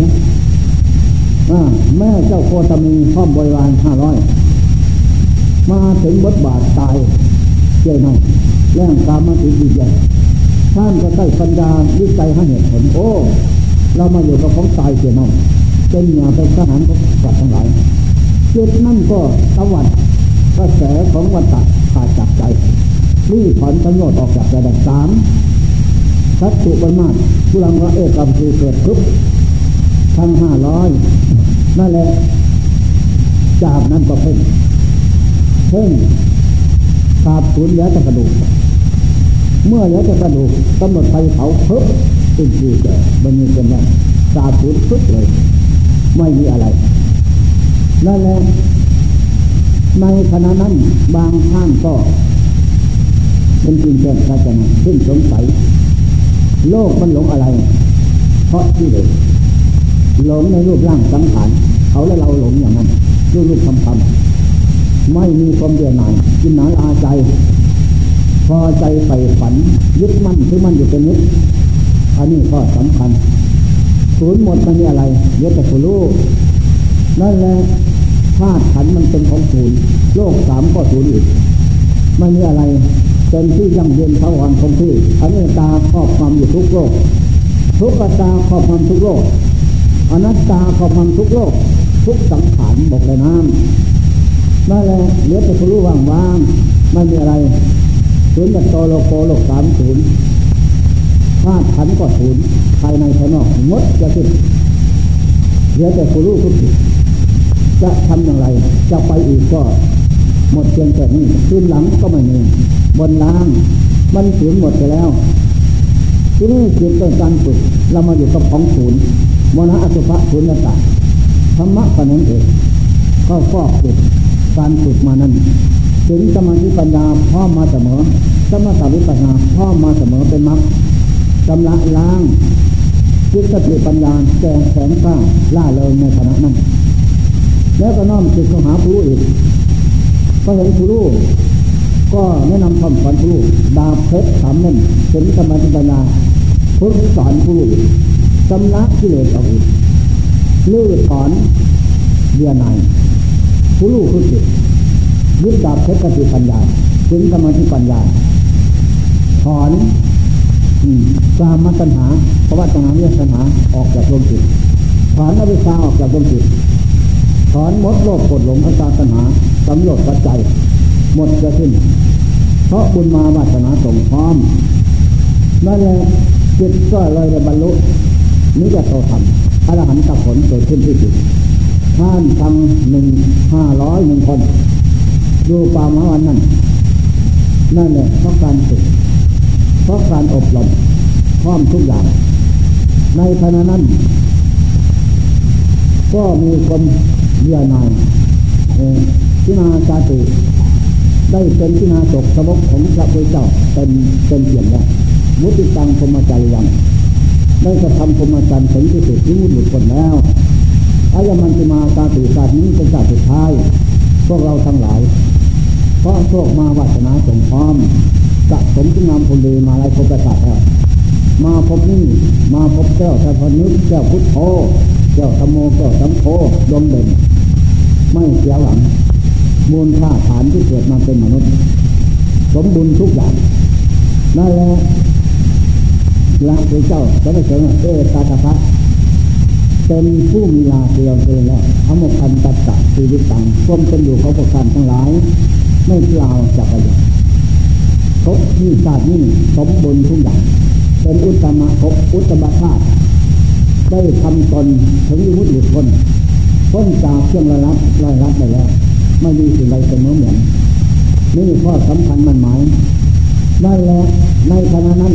แม่เจ้าโคตมีพร้อมบริวารห้าร้อยมาถึงบทบาทตายเจ้าหน่อยแรงกามมาถึงดีใหญ่ท่านก็ได้ปัญญาวิจัยให้เหตุผลโอ้เรามาอยู่กับของตายเจ้าหน่อยเป็นอย่าเป็นทหารของสัตว์ทั้งหลายจิตนั่นก็ตวัดกระแสของวัฏฏะขาดจากใจนี่ถอนสัญญาออกจากใจได้สามสัตตุบรมากุลังวะเอกรรมคือเกิดทุกทั้งห้าร้อยนั่นแหละจากนั้นก็เพ่งเพ่งขาดศูนย์แล้วจะกระดูกเมื่อแล้วจะกระดูกกำหนดไฟเผาเพิ่มตึ้งคือแต่มันมีเป็นแล้วขาดศูนย์ปึ๊บเลยไม่มีอะไรนั่นแหละในขณะนั้นบางท่านก็เป็นจริงแจ้งกาจนะซึ่งสงสัยโลกมันหลงอะไรเพราะที่เลยหลงในรูปร่างสังขารเขาและเราหลงอย่างนั้นรูปรูปคำคำไม่มีความเบื่อหน่ายกินหนายอาใจพอใจใฝ่ฝันยึดมั่นถือมั่นอยู่เป็นนิดอันนี้ข้อสำคัญศูนย์หมดมันมีอะไรเยอะแต่ผู้รู้นั่นแหละธาตุขันธ์มันเป็นของศูนย์โลกสามก็ศูนย์อีกไม่มีอะไรเป็นที่ยั่งยืนถาวรคงที่อนิจจตาครอบความอยู่ทุกโลกทุกขตาครอบความทุกโลกอนัตตาครอบความทุกโลกทุกสังขารบกในน้ำนั่นแหละเหลือแต่ผู้รู้ว่างๆไม่มีอะไรศูนย์กับโตโลโกโลกสามศูนย์ธาตุขันธ์ก็ศูนย์ภายในภายนอกงดจะสิ้นเหลือแต่ผู้รู้ทุกสิ่งจะทำอย่างไรจะไปอีกก็หมดเพียงแต่นี้ขึ้นหลังก็ไม่มีบนล่างมันศูนย์หมดไปแล้วที่นี่จิตเป็นการฝึกเรามาอยู่กับของศูนย์มรณะอสุภะศูนย์ต่างธรรมะขนั้นเองก็ฟอกจิตการฝึกมานั้นถึงสมาธิปัญญาพร้อมมาเสมอสมถะวิปัสสนาพร้อมมาเสมอเป็นมรรคชำระล้างจิตสติปัญญาแก่แข็งกล้าล่าเริงในขณะนั้นแล้วก็น้อมจิตเข้าหาผู้รู้อีกก็เห็นผู้รู้ก็แนะนำคำสอนผู้รู้ดาบเพชรสามเล่มเป็นสมาธิปัญญาฝึกสอนผู้รู้อีกชำระกิเลสออกอีกลื้อถอนเบียนายผู้รู้คือจิตยึดดาบเพชรสติปัญญาถึงสมาธิปัญญาถอนกามตัณหาภวตัณหาวิตัณหาออกจากดวงจิตถอนอวิชชาออกจากดวงจิตถอนหมดโลภโกรธหลงอวิชชาตัณหาสัมโยชน์ปัจจัยหมดจะสิ้นเพราะบุญมาวาสนาส่งพร้อมนั่นแหละจิตก็เลยได้บรรลุนิจโตธรรมอรหันตผลเกิดขึ้นที่จิตท่านทำหนึ่งห้าร้อยหนึ่งคนดูปามาวันนั้นนั่นแหละเพราะการฝึกเพราะการอบรมพร้อมทุกอย่างในขณะนั้นก็มีคนเบียนายที่นาจาติได้เป็นที่นาจกสมบของพระพุทธเจ้าเป็นเป็นเพียงแล้วมุติตังพรหมจารียังได้กระทำพรหมจรรย์ถึงที่สุดที่มุดหลุดพ้นแล้วอายมันติมาจาติศาสตร์นี้เป็นศาสตร์สุดท้ายพวกเราทั้งหลายเพราะโชคมาวาสนาส่งพร้อมสะสมคุณงามคุณดีมาหลายภพชาติแล้วมาพบนี้มาพบแก้วแต่พนึกแก้วพุทโธแก้วธรรมโมแก้วสังโฆดวงเด่นไม่เสียหลังมูลค่าฐานที่เกิดมาเป็นมนุษย์สมบูรณ์ทุกอย่างนั่นแหละพระพุทธเจ้าจะได้เสริมเอตตาภะเป็นผู้มีลาเพียงเกินแล้วธรรมพันตัสสะชีวิตตังความเป็นอยู่ของพวกท่านทั้งหลายไม่เปล่าจากอะไรภพนี้ชาตินี้สมบูรณ์ทุกอย่างเป็นอุตตมะภพอุตตมะชาติได้ทำตนถึงวิมุตติหลุดพ้นพ้นจากเครื่องระลับรอยรับไปแล้วไม่มีสิ่งใดเสมอเหมือนนี่ข้อสำคัญมันหมายได้แล้วในขณะนั้น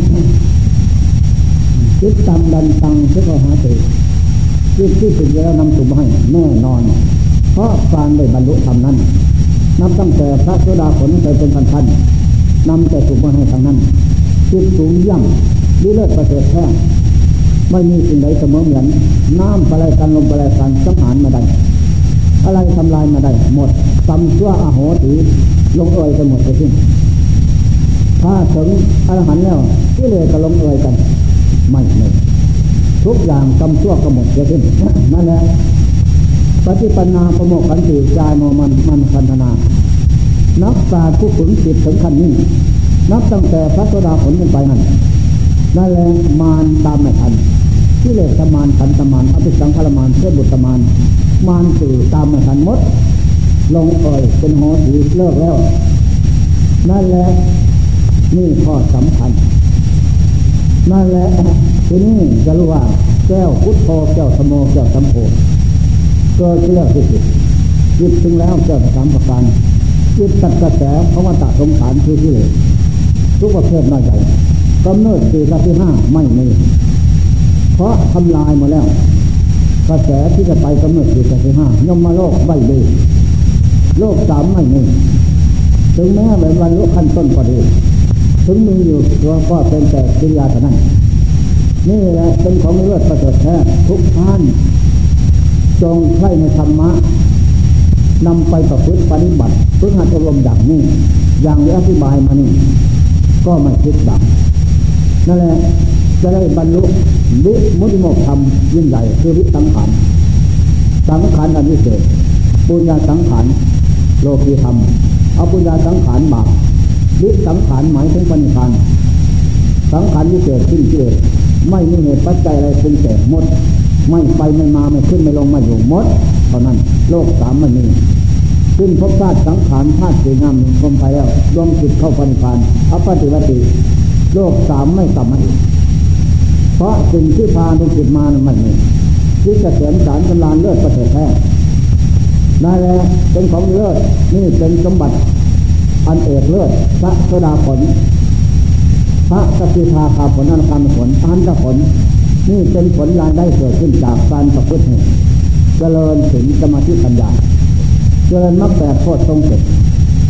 จิตตำดันตังเพื่อหาเตจิตที่สุดแล้วนำสู่ให้แน่นอนเพราะการได้บรรลุธรรมนั้นนับตั้งแต่พระโสดาผลไปเป็นพันๆนำแต่สู่มาให้ทางนั้นจิตสูงย่ำวิเลิศประเสริฐแท้ไม่มีสิ่งใดเสมอเหมือนน้ำประไรกันลมประไรกันสังหารมาได้อะไรทำลายมาได้หมดตำชั่วอโหติลงเอยกันหมดไปสิ้นถ้าถึงอรหันต์แล้วที่เลยก็ลงเอยกันไม่เลยทุกอย่างตำชั่วก็หมดไปสิ้นนั่นแหละปฏิปันนาประโมกขันติจายโนมันมันคันธนานับตาผู้ฝึกจิตถึงขั้นนี้นับตั้งแต่พระโสดาผลขึ้นไปนั่นนั่นแหละมารตามไม่ทันที่เลสมารขันธมารอภิสังขารมารเพื่อบุตรมารมารสื่อตามไม่ทันหมดลงเอ่ยเป็นโหติเลิกแล้วนั่นแหละนี่ข้อสำคัญนั่นแหละทีนี้จะรู้ว่าแก้วพุทโธแก้วธรรมโมแก้วสัมโฆเกิดขึ้นแล้วที่จิตจิตถึงแล้วแก้วสามประการจิตตัดกระแสภาวะสงสารคือที่เลยทุกประเภทน้อยใหญ่กำเนิดสี่กับที่ห้าไม่มีเพราะทำลายมาแล้วกระแสที่จะไปกำเนิดสี่กับที่ห้ายมมาโลกใบดีโลกสามไม่มีถึงแม้เป็นวันลุกขั้นต้นก็ดีถึงมีอยู่ตัวก็เป็นแต่กิริยาเท่านั้นนี่แหละเป็นของเลือดประเสริฐแท้ทุกท่านจงใช้ในธรรมะนำไปประพฤติปฏิบัติฝึกหัดอบรมอย่างนี้อย่างที่อธิบายมานี่ก็ไม่คิดบังนั่นแหละจะได้บรรลุวิมุตติโมกขธรรมยิ่งใหญ่คือวิสังขารสังขารอันวิเศษปุญญาสังขารโลกีธรรมเอาปุญญาสังขารบาปวิสังขารหมายถึงปณิพานสังขารวิเศษสิ้นกิเลสไม่มีเหตุปัจจัยอะไรเป็นแต่หมดไม่ไปไม่มาไม่ขึ้นไม่ลงไม่อยู่หมดเท่านั้นโลกสามมันมีขึ้นพบธาตุสังขารธาตุสีงามคมไปแล้วดวงจิตเข้าปณิพานอปฏิวัติโลกสามไม่กลับมาอีกเพราะสิ่งที่พาดวงจิตมานั้นไม่มีจิตเกษมสารกำลานเลิศประเสริฐแท้นั่นแหละเป็นของเลิศนี่เป็นสมบัติอันเอกเลิศพระโสดาผลพระสกิทาคาผลอนาคามีผลอรหันตผลนี่เป็นผลรายได้เกิดขึ้นจากการประพฤติเจริญถึงสมาธิปัญญาเจริญมรรคแปดโพชฌงค์เจ็ด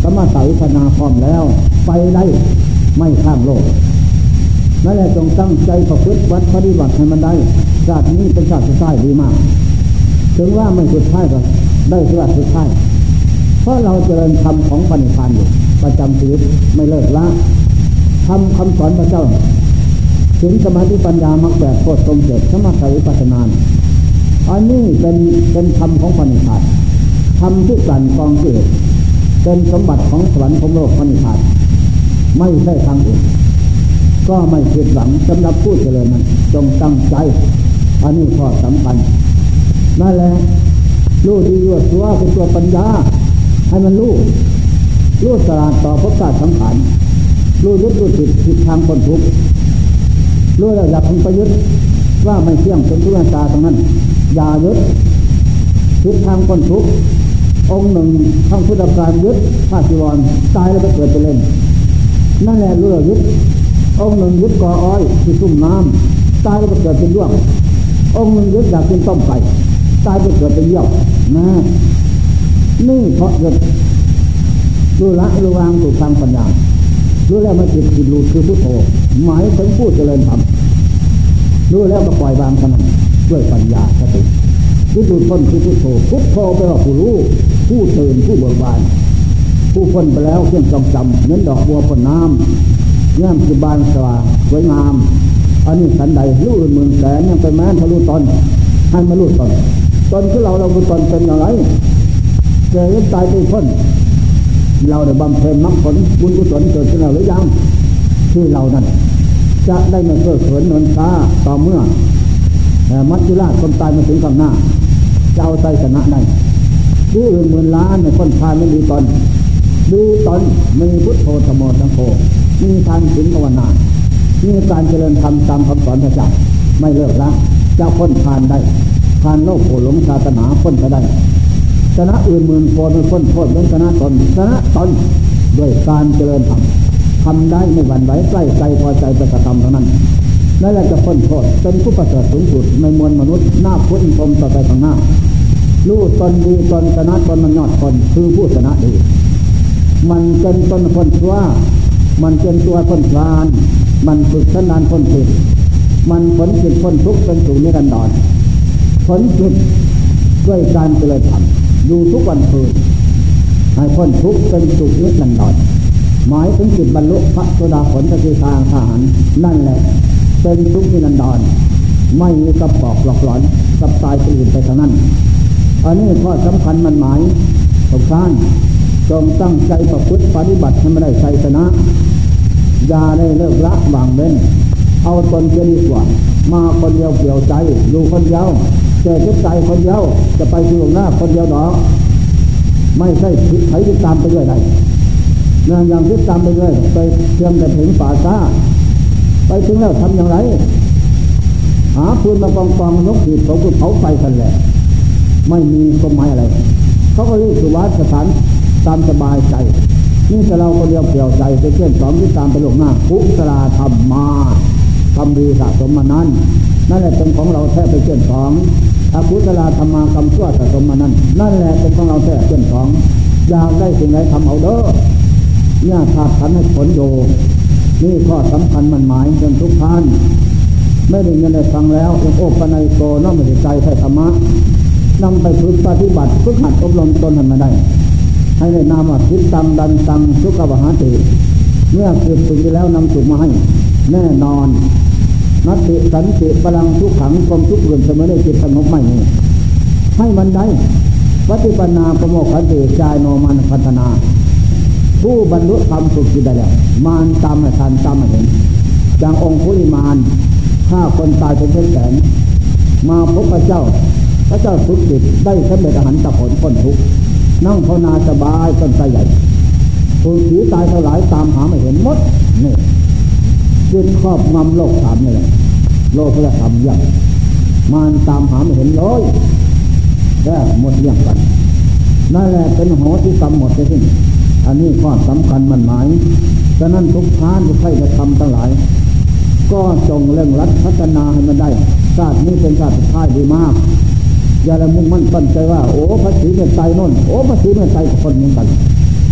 สมถะวิปัสสนาพร้อมแล้วไปได้ไม่ข้ามโลกนั่นแหละจงตั้งใจประพฤติวัดปฏิบัติให้มันได้ชาตินี้เป็นชาติสุดท้ายดีมากถึงว่าไม่สุดท้ายก็ได้ชาติสุดท้ายเพราะเราเจริญธรรมของพระนิพพานอยู่ประจำชีวิตไม่เลิกละทำคำสอนพระเจ้าถึงสมาธิปัญญามรรคแปดโพชฌงค์เจ็ดสมถะวิปัสสนาอันนี้เป็นเป็นธรรมของพระนิพพานธรรมที่กลั่นกรองกิเลสเป็นสมบัติของสวรรค์ของโลกพระนิพพานไม่ใช่ทางอื่นก็ไม่ผิดหวังสำหรับผู้เจริญนั้นจงตั้งใจอันนี้ข้อสำคัญนั่นแหละรู้ดีรู้ตัวเป็นตัวปัญญาให้มันรู้รู้สลาดต่อภพชาติสังขารรู้ยึดรู้ติดผิดทางพ้นทุกข์รู้แล้วอย่าพึงไปยึดว่าไม่เที่ยงเป็นทุกข์ตาตรงนั้นอย่ายึดผิดทางพ้นทุกข์องค์หนึ่งทั้งพุทธการยึดผ้าจีวรตายแล้วก็เกิดไปเล่นนั่นแหละรู้แล้วยึดองค์หนึ่งยึดกออ้อยที่ซุ่มน้ำตายแล้วก็เกิดเป็นด้วงองค์หนึ่งยึดอยากกินต้มไก่ตายไปเกิดเป็นเยี่ยวนะนี่เพราะยึดรู้ละรู้วางถูกทางปัญญารู้แล้วไม่ติดติดหลุดคือพุทโธหมายถึงผู้เจริญธรรมรู้แล้วก็ปล่อยวางขนาดด้วยปัญญาสติรู้ดูพ้นคือพุทโธพุทโธไปว่าผู้รู้ผู้ตื่นผู้เบิกบานผู้พ้นไปแล้วเพียงจำจำเหมือนดอกบัวพ้นน้ำย่ำคือบานสว่างสวยงามอันนี้สันใดรู้อื่นหมื่นแสนยังไปแม้นทะลุตนให้มารู้ตนตนที่เราเราเป็นตนเป็นอย่างไรเกิดตายไปพ้นเราได้บำเพ็ญมรรคผลบุญกุศลเกิดขึ้นแล้วหรือยังที่เรานั้นจะได้ไม่เกิดเขินเนินช้าต่อเมื่อมัจจุราชคนตายมาถึงข้างหน้าจะเอาใจชนะได้ผู้อื่นหมื่นล้านในคนพาไม่มีตนดูตนมีพุทโธธรรมโอสังโฆมีทานศีลภาวนามีการเจริญธรรมตามคำสอนพระเจ้าไม่เลิกละจะพ้นผ่านได้ผ่านโลกโผล่หลงศาสนาพ้นไปได้ชนะอื่นหมื่นคนไม่พ้นโทษเป็นชนะตนชนะตนด้วยการเจริญธรรมทำได้ไม่หวั่นไหวใกล้ใจพอใจไปกระทำเท่านั้นนั่นแหละจะพ้นโทษเป็นผู้ประเสริฐสูงสุดในมวลมนุษย์หน้าพ้นพรหมต่อไปข้างหน้ารู้ตนดีตนชนะตนมันยอดตนคือผู้ชนะดีมันเป็นตนพ้นชั่วมันเป็นตัวพ้นพลานมันฝึกสันดานพ้นผิดมันผลจิตพ้นทุกข์เป็นสู่นิรันดรผลจิตด้วยการเจริญธรรมอยู่ทุกวันคืนให้พ้นทุกข์เป็นสุขนิรันดรหมายถึงจิตบรรลุพระโสดาผลสกิทาทหารนั่นแหละเป็นทุกข์นิรันดรไม่มีกระปอกหลอกหลอนกับตายคนอื่นไปทางนั้นอันนี้ข้อสำคัญมันหมายทุกท่านจงตั้งใจประพฤติปฏิบัติให้ไม่ได้ชัยชนะอย่าได้เลิกละวางเว้นเอาตนเจดีกว่ามาคนเดียวเกี่ยวใจอยู่คนเดียวเจอใจคนเดียวจะไปสู่หน้าคนเดียวหรอไม่ใช่คิดไถติดตามไปเรื่อยได้นางอย่างติดตามไปเรื่อยไปเชื่อมแต่ถึงป่าช้าไปถึงแล้วทำอย่างไรหาปืนมากองกองนกขีดเขาคือเผาไฟกันแหละไม่มีต้นไม้อะไรเขาก็เรียกสุวัสสถานตามสบายใจนี่แต่เราคนเดียวเกี่ยวใจไปเชื่อมสองที่ตามไปหลงหน้ากุศลธรรมมาทำดีสะสมมานั้นนั่นแหละเป็นของเราแท้ไปเชื่อมสองอกุศลธรรมากรรมชั่วสะสมมานั้นนั่นแหละเป็นของเราแท้เชื่อมสองอยากได้สิ่งไหนทำเอาเด้อเนี่ยขาดขันให้ผลโยนี่ข้อสำคัญมันหมายจนทุกท่านไม่ได้เงินได้ฟังแล้วโอ้ปนัยโกน้อมไม่ใจใส่ธรรมะนำไปฝึกปฏิบัติฝึกหัดอบรมตนให้มันได้ให้ได้นามว่าทิฏตังดันตังสุขวหาติเมื่อเกิดสุขแล้วนำสุขมาให้แน่นอนนัตติสันติพลังทุกขังความทุกข์เกินเสมอได้จิตสงบไม่มีให้มันได้ปฏิปันนาประโมกขันติจายโนมันพัฒนาผู้บรรลุธรรมสุขจิตได้แล้วมารตามให้ทันตามให้เห็นอย่างองค์คุลิมานฆ่าคนตายเป็นแสนมาพบพระเจ้าพระเจ้าสุขจิตได้สำเร็จอรหันตผลพ้นทุกข์นั่งภาวนาสบายต้นไทรใหญ่คนผีตายเท่าไหร่ตามหาไม่เห็นหมดนี่จิตครอบงำโลกสามนี่แหละโลกพระธรรมยังมารตามหาไม่เห็นเลยแค่หมดเรื่องกันนั่นแหละเป็นหอที่กรรมหมดเลยที่อันนี้ข้อสำคัญมันหมายฉะนั้นทุกท่านทุกใครจะทำทั้งหลายก็จงเร่งรัดพัฒนาให้มันได้ชาตินี้เป็นชาติสุดท้ายดีมากอย่าละมุ่งมั่นตั้งใจว่าโอ้พระศรีเมตไตรโน่นโอ้พระศรีเมตไตรกับคนเหมือนกัน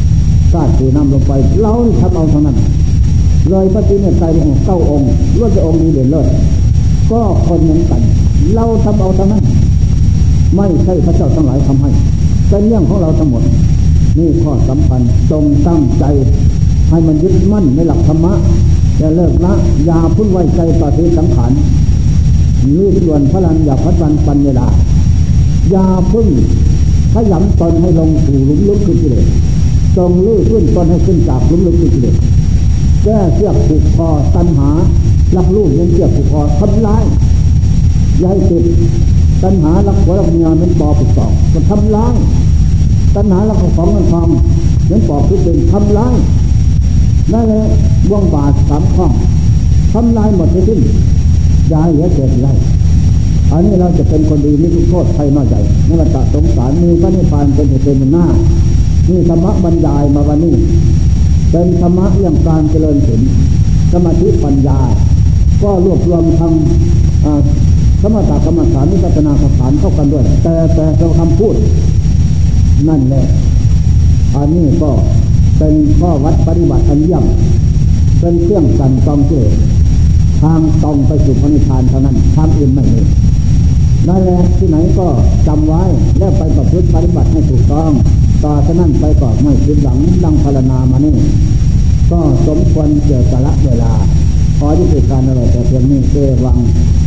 ธาตุสี่น้ำลมไฟเราทำเอาเท่านั้นเลยพระศรีเนตรไตรโลกเก้าองค์ล้วนจะองค์นี้เด่นเลิศก็คนเหมือนกันเราทำเอาเท่านั้นไม่ใช่พระเจ้าทั้งหลายทำให้เป็นเรื่องของเราทั้งหมดนี่ข้อสำคัญจงตั้งใจให้มันยึดมั่นในหลักธรรมะอย่าเลิกละอย่าพุ่งไว้ใจต่อสิ่งสังขารรีบด่วนพลันอย่าพัดวันปัญญาอย่าพึ่งขยำตนให้ลงสู่หลุมลึกคือกิเลสจงลื้อขึ้นตนให้ขึ้นจากหลุมลึกคือกิเลสแก้เชือกผูกคอตัณหาลักลูกยังเชือกผูกคอทำร้ายอย่าให้ติดตัณหาลักหัวลักเมียเหมือนปอผูกตอกจะทำร้ายตัณหาลักของเงินทองเหมือนปอคือเป็นทำร้ายนั่นแหละบ่วงบาทสามข้องทำลายหมดที่สิ้นยายเหลือเกิดไรอันนี้เราจะเป็นคนดีไม่ทุกโทษใครน้อยใหญ่นั่นแหละสงสารมีพระนิพพานเป็นเหตุเป็นหน้านี่ธรรมะบรรยายมาวันนี้เป็นธรรมะเรื่องการเจริญศีลสมาธิปัญญาก็รวบรวมทำสมถะกรรมฐานวิปัสสนากรรมฐานเข้ากันด้วยแต่แต่เราคำพูดนั่นแหละอันนี้ก็เป็นข้อวัดปฏิบัติอันเยี่ยมเป็นเครื่องกันกองเกิดทางตรงไปสู่พระนิพพานเท่านั้นทางอื่นไม่มีนั่นแหละที่ไหนก็จำไว้แล้วไปประพฤติปฏิบัติให้ถูกต้องต่อจากนั้นไปก็ไม่คิดหลังดังพรรณนามานี่ก็สมควรเกี่ยวกับเวลาขอยุติการอะไรแต่เพียงนี้เอวัง